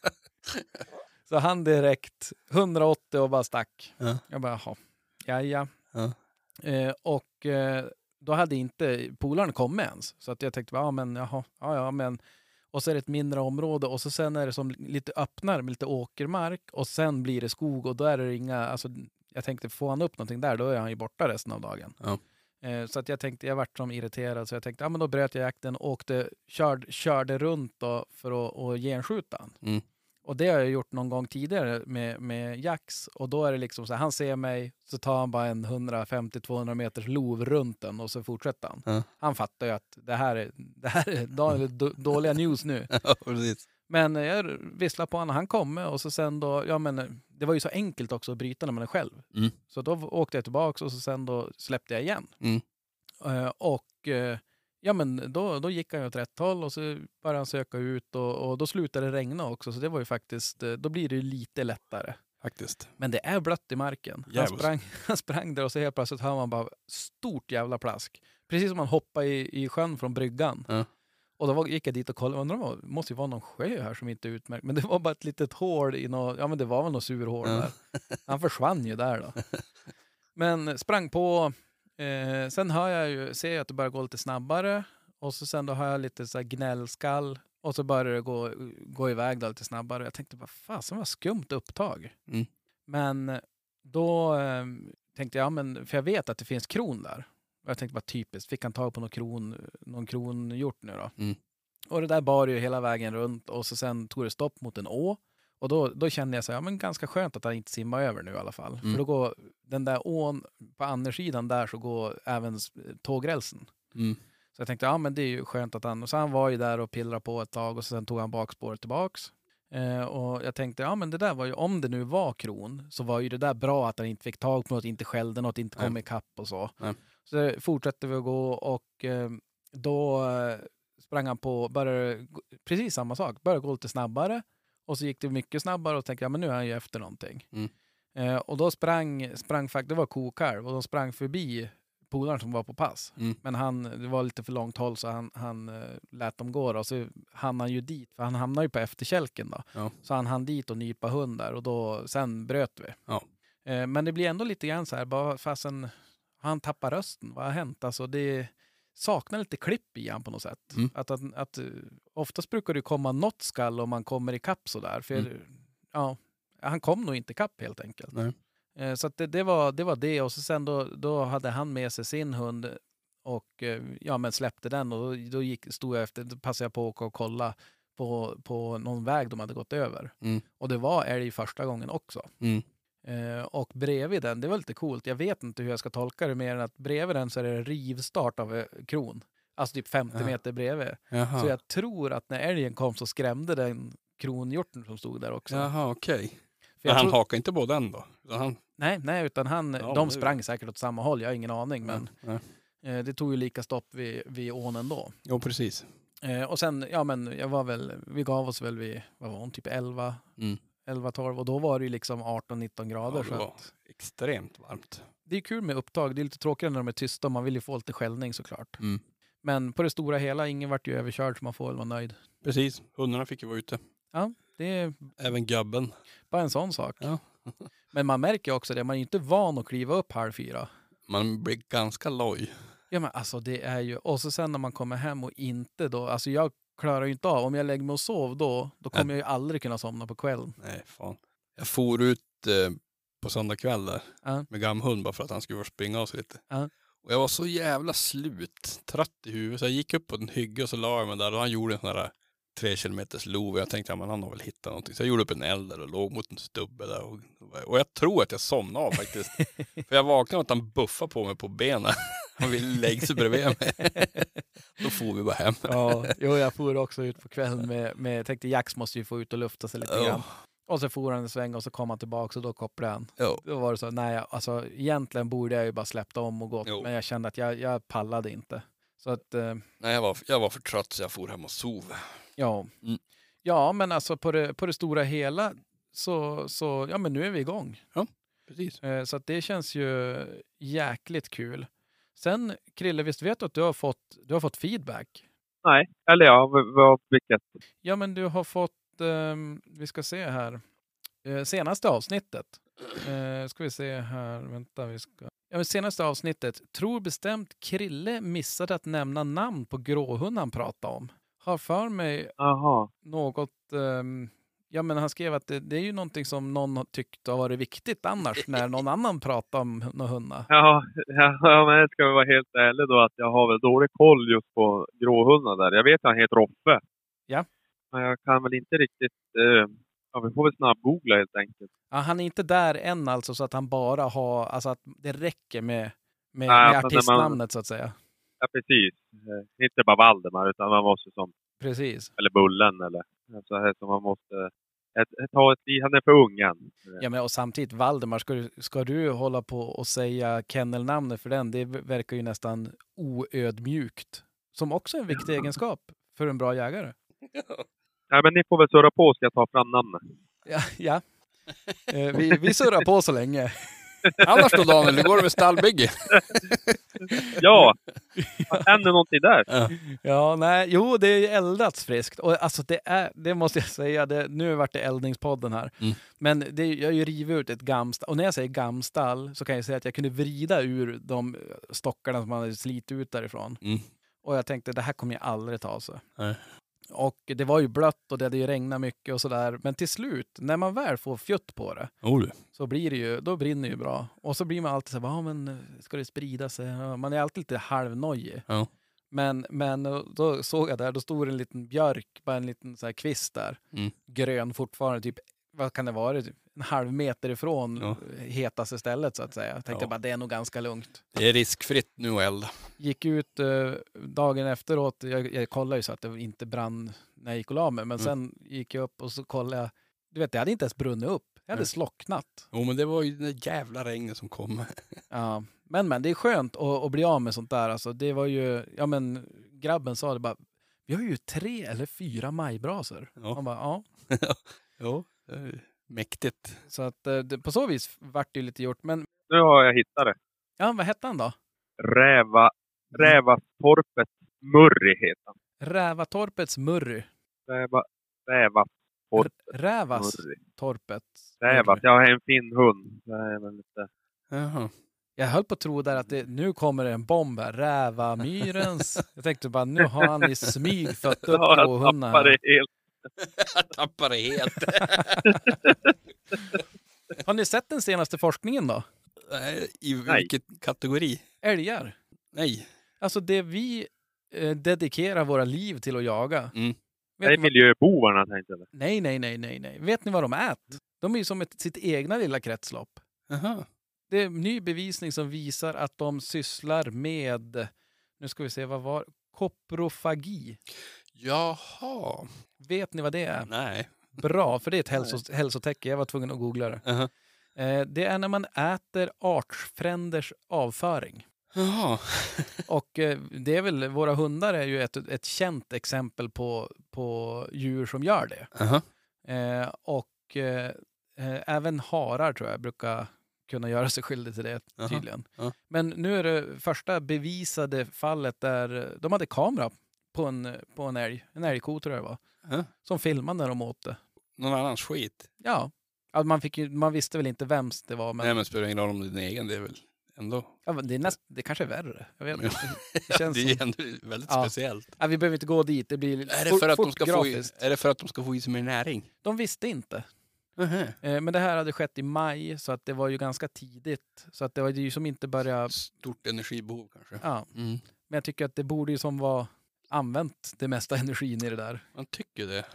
Så han direkt hundraåttio och bara stack. Ja. Jag bara, jaha, jaja. Ja. Eh, och eh, då hade inte polaren kommit ens. Så att jag tänkte, ja men jaha, ja ja men. Och så är det ett mindre område och så sen är det som lite öppnare med lite åkermark. Och sen blir det skog och då är det inga, alltså jag tänkte, får han upp någonting där, då är han ju borta resten av dagen. Ja. Eh, så att jag tänkte, jag vart som irriterad, så jag tänkte, ja men då bröt jag jakten och åkte, körde, körde runt då för att och genskjuta han. Mm. Och det har jag gjort någon gång tidigare med, med Jax. Och då är det liksom så här, han ser mig, så tar han bara en hundrafemtio till tvåhundra meters lov runt den och så fortsätter han. Ja. Han fattar ju att det här är, det här är då- då- dåliga news nu. Ja, precis. Men jag visslade på honom, han kommer och så sen då, ja men det var ju så enkelt också att bryta när man är själv. Mm. Så då åkte jag tillbaka och så sen då släppte jag igen. Mm. Eh, och eh, ja men då, då gick han ju åt rätt håll och så började han söka ut och, och då slutade det regna också. Så det var ju faktiskt, eh, då blir det ju lite lättare. Faktiskt. Men det är blött i marken. Han Jävlar. sprang, han sprang där och så helt plötsligt hör man bara stort jävla plask. Precis som man hoppade i, i sjön från bryggan. Ja. Och då var, gick jag dit och kollade, undrar, det måste ju vara någon sjö här som inte är utmärkt. Men det var bara ett litet hål i något, ja men det var väl något surhål Ja. där. Han försvann ju där då. Men sprang på, eh, sen hör jag ju, ser jag att det börjar gå lite snabbare. Och så sen då har jag lite så här gnällskall. Och så börjar det gå, gå iväg då lite snabbare. Jag tänkte, vad fasen, vad skumt upptag. Mm. Men då eh, tänkte jag, ja, men, för jag vet att det finns kron där. Och jag tänkte bara typiskt, fick han tag på någon kron, någon kronhjort nu då. Mm. Och det där bar ju hela vägen runt och så sen tog det stopp mot en å. Och då, då kände jag så här, ja men ganska skönt att han inte simmar över nu i alla fall. Mm. För då går den där ån, på andra sidan där så går även s- tågrälsen. Mm. Så jag tänkte, ja men det är ju skönt att han, och så han var ju där och pildrade på ett tag och sen tog han bakspåret tillbaks. Eh, och jag tänkte, ja men det där var ju, om det nu var kron, så var ju det där bra att han inte fick tag på något, inte skällde något, inte kom Nej. ikapp och så. Nej. Så fortsatte vi att gå och eh, då eh, sprang han på, började, gå- precis samma sak, började gå lite snabbare. Och så gick det mycket snabbare och tänkte, ja men nu är han ju efter någonting. Mm. Eh, och då sprang, sprang faktiskt, det var kokalv och de sprang förbi polaren som var på pass. Mm. Men han, det var lite för långt håll så han, han uh, lät dem gå då. Och så hann han ju dit, för han hamnade ju på efterkälken då. Ja. Så han hann dit och nypa hundar och då, sen bröt vi. Ja. Eh, men det blir ändå lite grann så här, bara fasen, han tappar rösten, vad har hänt? Alltså det, saknar lite klipp i han på något sätt. Mm. Att, att, att oftast brukar det komma något skall om man kommer i kapp så där. För Mm. ja, han kom nog inte kapp helt enkelt. Nej. Eh, Så att det, det, var, det var det. Och så sen då, då hade han med sig sin hund och eh, ja, men släppte den. Och då, då gick, stod jag efter, då passade jag på att åka och kolla på, på någon väg de hade gått över. Mm. Och det var älg första gången också. Mm. Eh, och bredvid den, det var lite coolt. Jag vet inte hur jag ska tolka det mer än att bredvid den så är det rivstart av eh, kron. Alltså typ femtio Ja. meter bredvid. Jaha. Så jag tror att när älgen kom så skrämde den kronhjorten som stod där också. Jaha, okej. För Men jag han tror- hakar inte på den då? Utan han... Nej, nej, utan han, Ja, de det- sprang säkert åt samma håll. Jag har ingen aning, men Ja. eh, det tog ju lika stopp vid, vid ån ändå. Jo, precis. Eh, och sen, ja men jag var väl, vi gav oss väl vid, vad var hon, typ elva, Mm. elva tolv och då var det ju liksom arton nitton grader. Ja, så det var att, extremt varmt. det är kul med upptag, det är lite tråkigare när de är tysta, man vill ju få lite skällning såklart. Mm. Men på det stora hela, ingen vart ju överkörd så man får väl vara nöjd. Precis. Hundarna fick ju vara ute. Det är Även gubben. bara en sån sak. Ja. Men man märker ju också det, man är ju inte van att kliva upp halv fyra. Man blir ganska loj. Ja men alltså det är ju, och så sen när man kommer hem och inte då, alltså jag klarar ju inte av, om jag lägger mig och sov då, då kommer Nej. jag ju aldrig kunna somna på kvällen. Nej, fan. Jag for ut eh, på söndag kväll där Ja. med gamhund bara för att han skulle springa av sig lite. Ja. Och jag var så jävla slut, trött i huvudet. Så jag gick upp på en hygge och så la jag mig där och han gjorde en sån här tre kilometers lov. Jag tänkte, ja, men han har väl hittat någonting. Så jag gjorde upp en eld där och låg mot en stubbe där. Och, och jag tror att jag somnade av faktiskt. För jag vaknade och att han buffade på mig på benen. Han ville lägga sig bredvid mig. Då får vi bara hem. Ja, jo, jag for också ut på kvällen med, med jag tänkte Jax måste ju få ut och lufta sig lite Ja. grann. Och så for han en sväng och så kom han tillbaka och då kopplade han. Ja. Då var det så, nej alltså egentligen borde jag ju bara släppt om och gått. Jo. Men jag kände att jag, jag pallade inte. Så att, eh, Nej, jag var, jag var för trött så jag for hem och sov. ja. Mm. Ja, men alltså på det, på det stora hela så, så, ja men nu är vi igång. Precis. Eh, Så att det känns ju jäkligt kul. Sen, Krille, visst vet du att du har fått, du har fått feedback? Nej, eller ja, v- vad, vilket? Ja, men du har fått, ehm, vi ska se här, eh, senaste avsnittet. Eh, ska vi se här, vänta, vi ska... Ja, men senaste avsnittet, tror bestämt Krille missade att nämna namn på gråhund han pratade om. Har för mig Jaha. något, ehm, ja men han skrev att det, det är ju någonting som någon har tyckt har varit viktigt annars när någon annan pratar om några hundar. Ja, ja, ja, men jag ska vara helt ärlig då att jag har väl dålig koll just på gråhundar där. Jag vet att han heter Roffe. Ja. Men jag kan väl inte riktigt... Eh, ja, vi får väl snabbgoogla helt enkelt. Ja, han är inte där än alltså så att han bara har, alltså att det räcker med, med, Nej, med alltså när man- artistnamnet så att säga. Ja, precis. Eh, inte bara Valdemar utan man måste som... Precis. Eller Bullen eller... Så här som man måste... Ett, ett, ta ett, han är för ung än. Ja, men och samtidigt Valdemar, ska du, ska du hålla på och säga kennelnamnet för den? Det verkar ju nästan oödmjukt. Som också är en viktig egenskap för en bra jägare. Ja, men ni får väl surra på ska jag ta fram namnet. Ja, ja. Eh, vi, vi surrar på så länge. Annars då Daniel, det går med stallbygge. Ja! Ännu någonting där. Ja. Ja, nej, jo, det är ju eldats friskt. Och alltså det är, det måste jag säga, det, nu vart det eldningspodden här. Mm. Men det, jag har ju rivit ut ett gamstall. Och när jag säger gamstall så kan jag säga att jag kunde vrida ur de stockarna som man hade slitit ut därifrån. Mm. Och jag tänkte, det här kommer jag aldrig ta sig. Nej. Och det var ju blött och det hade ju regnat mycket och sådär. Men till slut, när man väl får fjutt på det, Oh, du. så blir det ju, då brinner det ju bra. Och så blir man alltid så här, ja men ska det sprida sig? Ja, man är alltid lite halvnojig. Ja. Men, men då såg jag där, då stod det en liten björk, bara en liten så här kvist där. Mm. Grön fortfarande, typ, vad kan det vara? Typ en halv meter ifrån Ja. hetaste stället så att säga. Jag tänkte Ja. bara, det är nog ganska lugnt. Det är riskfritt nu att elda. Gick ut eh, dagen efteråt, jag, jag kollade ju så att det inte brann när jag gick och la mig. Men Mm. sen gick jag upp och så kollade jag, du vet, det hade inte ens brunnit upp. Jag hade Mm. slocknat. Jo, men det var ju den jävla regnet som kom. Ja, men men det är skönt att, att bli av med sånt där. Alltså, det var ju, ja men grabben sa det bara, vi har ju tre eller fyra majbrasor. Ja. Han bara, ja. Jo, det är mäktigt. Så att eh, det, på så vis vart det ju lite gjort. Men Nu har jag hittat det. ja, vad hette han då? Räva, Rävastorpet Murri heter han. Rävatorpets Murry. Räva, Rävastorpet R- Rävastorpets Murri. Rävas, jag har en fin hund. Det är väl lite... Jaha. Jag höll på att tro där att det, nu kommer det en bomb här. Rävamyrens. Jag tänkte bara, nu har han i smyg fött upp Ja, jag gråhundar. tappade det helt. Jag tappar det helt. Har ni sett den senaste forskningen då? Nej, I Nej. vilken kategori? Älgar. Nej. Alltså det vi eh, dedikerar våra liv till att jaga. Mm. Det är Vet ni vad, miljöbovarna, tänkte jag. nej, nej, nej, nej, nej. Vet ni vad de äter? De är ju som ett, sitt egna lilla kretslopp. Aha. Det är ny bevisning som visar att de sysslar med, nu ska vi se, vad var koprofagi. Jaha. Vet ni vad det är? Nej. Bra, för det är ett hälsos, hälsotecken. Jag var tvungen att googla det. Aha. Eh, det är när man äter artsfränders avföring. Jaha. Och eh, det är väl, våra hundar är ju ett, ett känt exempel på, på djur som gör det. Aha. Eh, och eh, eh, även harar tror jag brukar kunna göra sig skyldig till det Aha. tydligen. Ja. Men nu är det första bevisade fallet där de hade kamera på en, på en älg, en älgko tror jag det var, Ja. som filmade när de åt det. Någon annans skit. Ja, alltså man, fick ju, man visste väl inte vems det var. Men, Nej, men spelar ingen roll om det är din egen, det är väl ändå. ja, men det, är näst, det kanske är värre. Jag vet inte. Det Ja, känns det är som, ändå väldigt Ja. speciellt. ja, vi behöver inte gå dit, det blir Är det, fort- för att de fort ska få i, grafiskt. är det för att de ska få i sig mer näring? De visste inte. Aha. Eh, men det här hade skett i maj, så att det var ju ganska tidigt. Så att det var ju som inte började... Stort energibehov kanske. Ja, Mm. men jag tycker att det borde ju som var använt det mesta energin i det där. Man tycker det.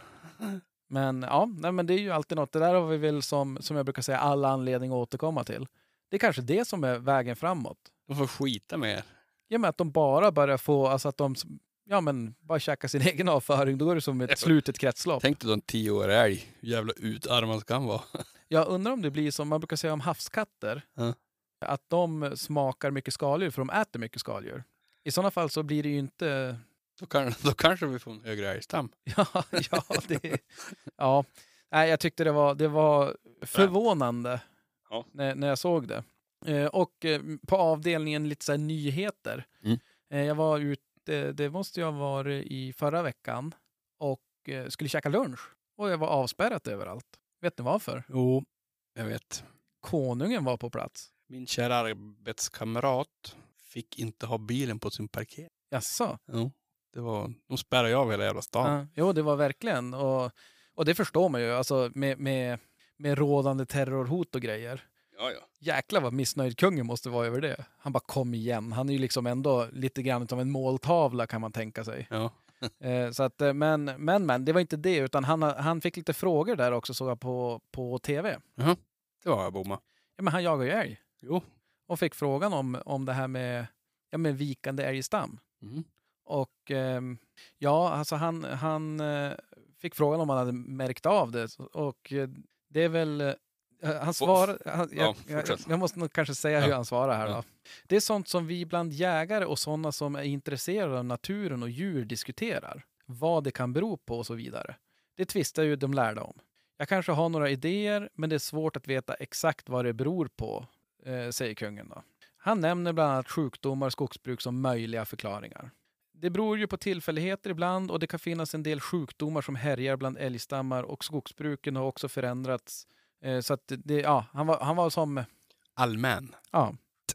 Men ja, nej, men det är ju alltid något. Det där har vi väl som, som jag brukar säga alla anledningar att återkomma till. Det är kanske det som är vägen framåt. De får skita mer. I och med att de bara börjar få, alltså att de ja, men bara käkar sin egen avföring, då är det som ett slutet kretslopp. Tänk dig då en tioårig älg. Hur jävla utarmad ska han vara. Jag undrar om det blir som man brukar säga om havskatter. Ja. Att de smakar mycket skaldjur för de äter mycket skaldjur. I sådana fall så blir det ju inte... Då, kan, då kanske vi får en högre älgstam. Ja, ja, det... Ja. Nej, jag tyckte det var, det var förvånande Ja. när, när jag såg det. Eh, och eh, på avdelningen lite så här nyheter. Mm. Eh, jag var ute, det måste jag ha varit i förra veckan, och eh, skulle käka lunch. Och jag var avspärrat överallt. Vet ni varför? Jo, jag vet. Konungen var på plats. Min kära arbetskamrat fick inte ha bilen på sin parkering. Jaså? Jo, det var, de spärrade av hela jävla stan. Ja, jo, det var verkligen. Och, och det förstår man ju. Alltså med, med, med rådande terrorhot och grejer. Ja, ja. Jäklar vad missnöjd kungen måste vara över det. Han bara kom igen. Han är ju liksom ändå lite grann av en måltavla kan man tänka sig. Ja. Eh, så att, eh, men, men, men, det var inte det. Utan han, han fick lite frågor där också, såg jag på, på tv. Jaha, det var jag bomma. Ja, men han jagar ju älg. Jo. Och fick frågan om, om det här med, ja, med vikande älgstam. Mm. Och ehm, ja, alltså han, han eh, fick frågan om han hade märkt av det. Och eh, det är väl... eh, Han svarar... Han, jag, Ja, jag, fortsätt. jag måste nog kanske säga Ja. hur han svarar här Ja. då. Det är sånt som vi bland jägare och sådana som är intresserade av naturen och djur diskuterar. Vad det kan bero på och så vidare. Det tvistar ju de lärda om. Jag kanske har några idéer, men det är svårt att veta exakt vad det beror på, eh, säger kungen då. Han nämner bland annat sjukdomar och skogsbruk som möjliga förklaringar. Det beror ju på tillfälligheter ibland, och det kan finnas en del sjukdomar som härjar bland älgstammar, och skogsbruken har också förändrats. Eh, så att det, ja, han var, han var som... Allmän. Ja.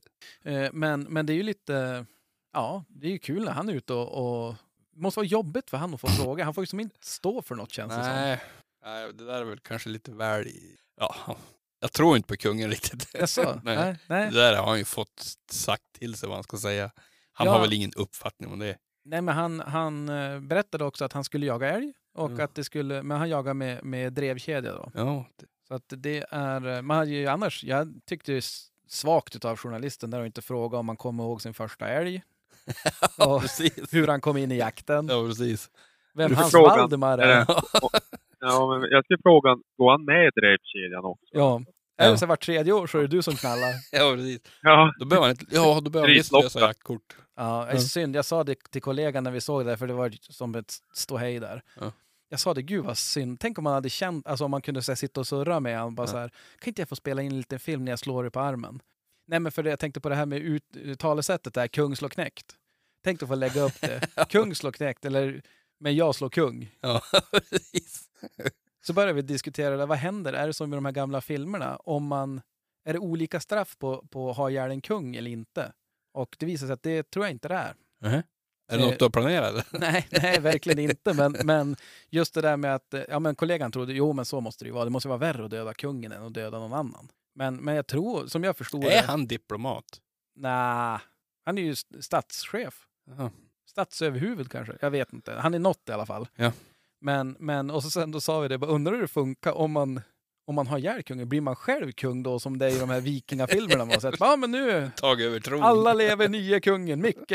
Eh, men, men det är ju lite... Ja, det är ju kul när han är ute och... och det måste vara jobbigt för han att få fråga. Han får ju som inte stå för något, känns det som. Nej. Nej, det där är väl kanske lite väl i... Ja, jag tror inte på kungen riktigt. Jaså? Nej. Nej, nej. Det där har han ju fått sagt till sig vad han ska säga. Han Ja. har väl ingen uppfattning om det. Nej, men han, han eh, berättade också att han skulle jaga älg. Och Ja. att det skulle... Men han jagar med, med drevkedja då. Ja, det, Så att det är... Man hade ju annars... Jag tyckte det är svagt av journalisten där och inte fråga om man kommer ihåg sin första älg. Och precis. hur han kom in i jakten. Ja, precis. Vem Du får hans frågan. Valdemar Är är. det- Ja, men jag skulle fråga, går han med i drevkedjan också? Ja. Är det så vart tredje år så är det du som knallar. Ja, precis. Ja, Då behöver man inte... Ja, då behöver man visst Prisloppa. lösa jaktkort. Ja, det är synd. Jag sa det till kollegan när vi såg det, för det var som ett ståhej där. Ja. Jag sa det, gud vad synd. Tänk om man hade känt, alltså om man kunde så här, sitta och surra med honom. Bara Ja. så här, kan inte jag få spela in en liten film när jag slår dig på armen? Nej, men för det, jag tänkte på det här med ut, talesättet där, kung slår knäckt. Tänk att få lägga upp det. Kung slår knäckt, eller men jag slår kung. Ja, precis. Så började vi diskutera det. Vad händer? Är det som i de här gamla filmerna? Om man är det olika straff på, på att ha ihjäl en kung eller inte? Och det visar sig att det tror jag inte det är. Uh-huh. Är det något du har planerat? nej, nej, verkligen inte. Men, men just det där med att ja, men kollegan trodde, jo men så måste det ju vara. Det måste vara värre att döda kungen än att döda någon annan. Men, men jag tror, som jag förstår Är det... han diplomat? Nej, han är ju statschef. Uh-huh. Statsöverhuvud kanske, jag vet inte. Han är något i alla fall. Ja. Men, men och så sen då sa vi det, bara, undrar hur det funkar om man, om man har ihjäl kungen. Blir man själv kung då som det är i de här vikingafilmerna man har sett? Ja men nu, Tag över tron. alla lever nya kungen, Micke.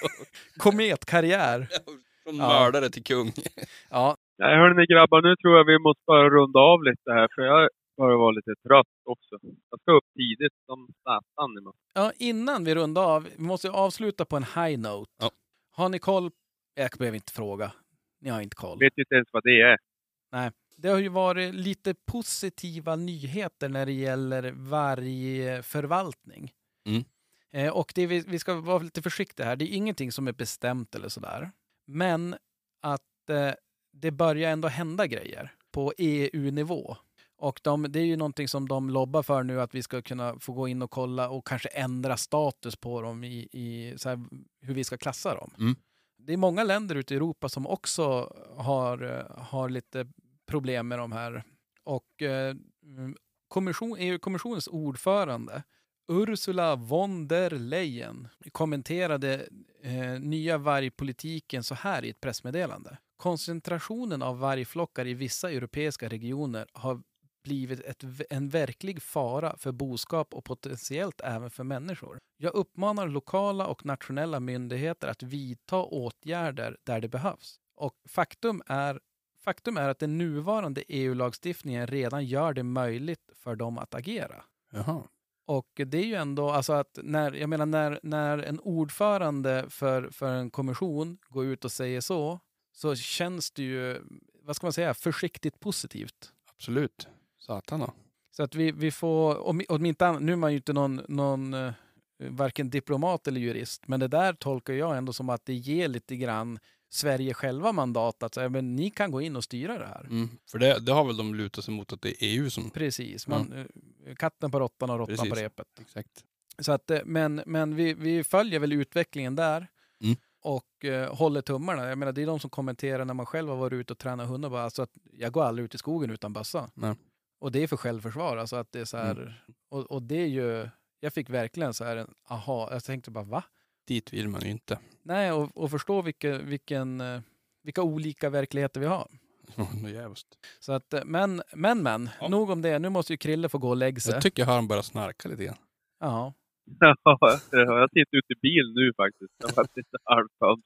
Kometkarriär. Från Ja. mördare till kung. Ja, Nej, hörni grabbar, nu tror jag vi måste bara runda av lite här. För jag börjar vara lite trött också. Jag ska upp tidigt som satan i morgon. ja, innan vi rundar av, vi måste avsluta på en high note. Ja. Har ni koll? Jag behöver inte fråga. Ni har inte koll. Vet ju inte ens vad det är. Nej, det har ju varit lite positiva nyheter när det gäller varje förvaltning. Mm. Eh, och det, vi, vi ska vara lite försiktiga här. Det är ingenting som är bestämt eller sådär. Men att eh, det börjar ändå hända grejer på E U-nivå. Och de, det är ju någonting som de lobbar för nu, att vi ska kunna få gå in och kolla och kanske ändra status på dem i, i så här, hur vi ska klassa dem. Mm. Det är många länder ute i Europa som också har, har lite problem med de här. Och eh, kommission, E U-kommissionens ordförande Ursula von der Leyen kommenterade eh, nya vargpolitiken så här i ett pressmeddelande. Koncentrationen av vargflockar i vissa europeiska regioner har blivit ett, en verklig fara för boskap och potentiellt även för människor. Jag uppmanar lokala och nationella myndigheter att vidta åtgärder där det behövs. Och faktum är, faktum är att den nuvarande E U-lagstiftningen redan gör det möjligt för dem att agera. Jaha. Och det är ju ändå, alltså att när, jag menar när, när en ordförande för, för en kommission går ut och säger så, så känns det ju, vad ska man säga, försiktigt positivt. Absolut. Satan då. Så att vi, vi får, om, om inte annat, nu är man ju inte någon, någon uh, varken diplomat eller jurist, men det där tolkar jag ändå som att det ger lite grann Sverige själva mandat att säga, men ni kan gå in och styra det här. Mm. För det, det har väl de lutat sig mot att det är E U som... Precis, man, ja. Katten på råttan och råttan Precis. på repet. Exakt. Så att, men men vi, vi följer väl utvecklingen där. Mm. Och eh, håller tummarna. Jag menar, det är de som kommenterar när man själv har varit ute och tränat hundar. Bara, alltså att jag går aldrig ut i skogen utan bössa. Nej. Och det är för självförsvar. Alltså att det är så här, Mm. och, och det är ju, jag fick verkligen så här en aha. Jag tänkte bara, va? Dit vill man ju inte. Nej, och, och förstå vilken, vilken, eh, vilka olika verkligheter vi har. Något jävligt. Så att, eh, men, men, men. Ja. Nog om det. Nu måste ju Krille få gå och lägga sig. Jag tycker jag hör han börja snarka lite grann. Ja. Ja, jag sitter ute i bilen nu faktiskt. Jag var lite halvpump.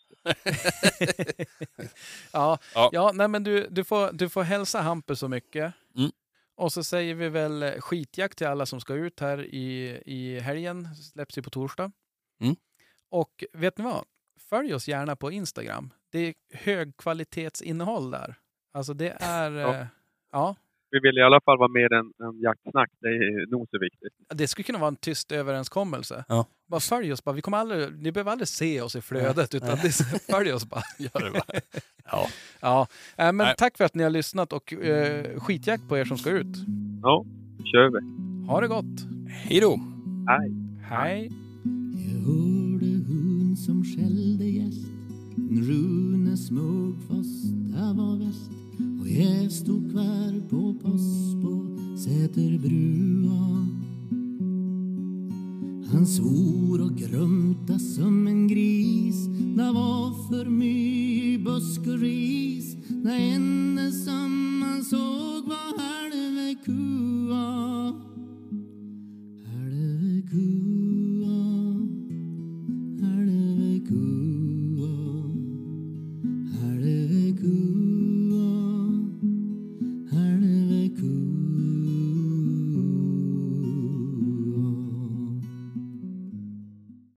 ja, Ja. ja, nej men du, du, får, du får hälsa Hampus så mycket. Mm. Och så säger vi väl skitjakt till alla som ska ut här i, i helgen. Släpps ju på torsdag. Mm. Och vet ni vad? Följ oss gärna på Instagram. Det är högkvalitetsinnehåll där. Alltså det är... Ja. Eh, ja. Vi vill i alla fall vara mer än, än jaktsnack. Det är nog så viktigt. Det skulle kunna vara en tyst överenskommelse. Ja. Bara följ oss bara. Vi kommer aldrig, ni behöver aldrig se oss i flödet. Utan det, följ oss bara. Gör det bara. Ja. Ja, äh, men Nej. tack för att ni har lyssnat och eh, skitjakt på er som ska ut. Ja, då kör vi. Ha det gott. Hej då. Hej. Hej. Jag hörde hon som skällde gäst. Rune smög fast det var väst. Och jag stod kvar på post på Säterbrua. Han svor och grumta som en gris. Det var för mycket busk och ris. Det enda samma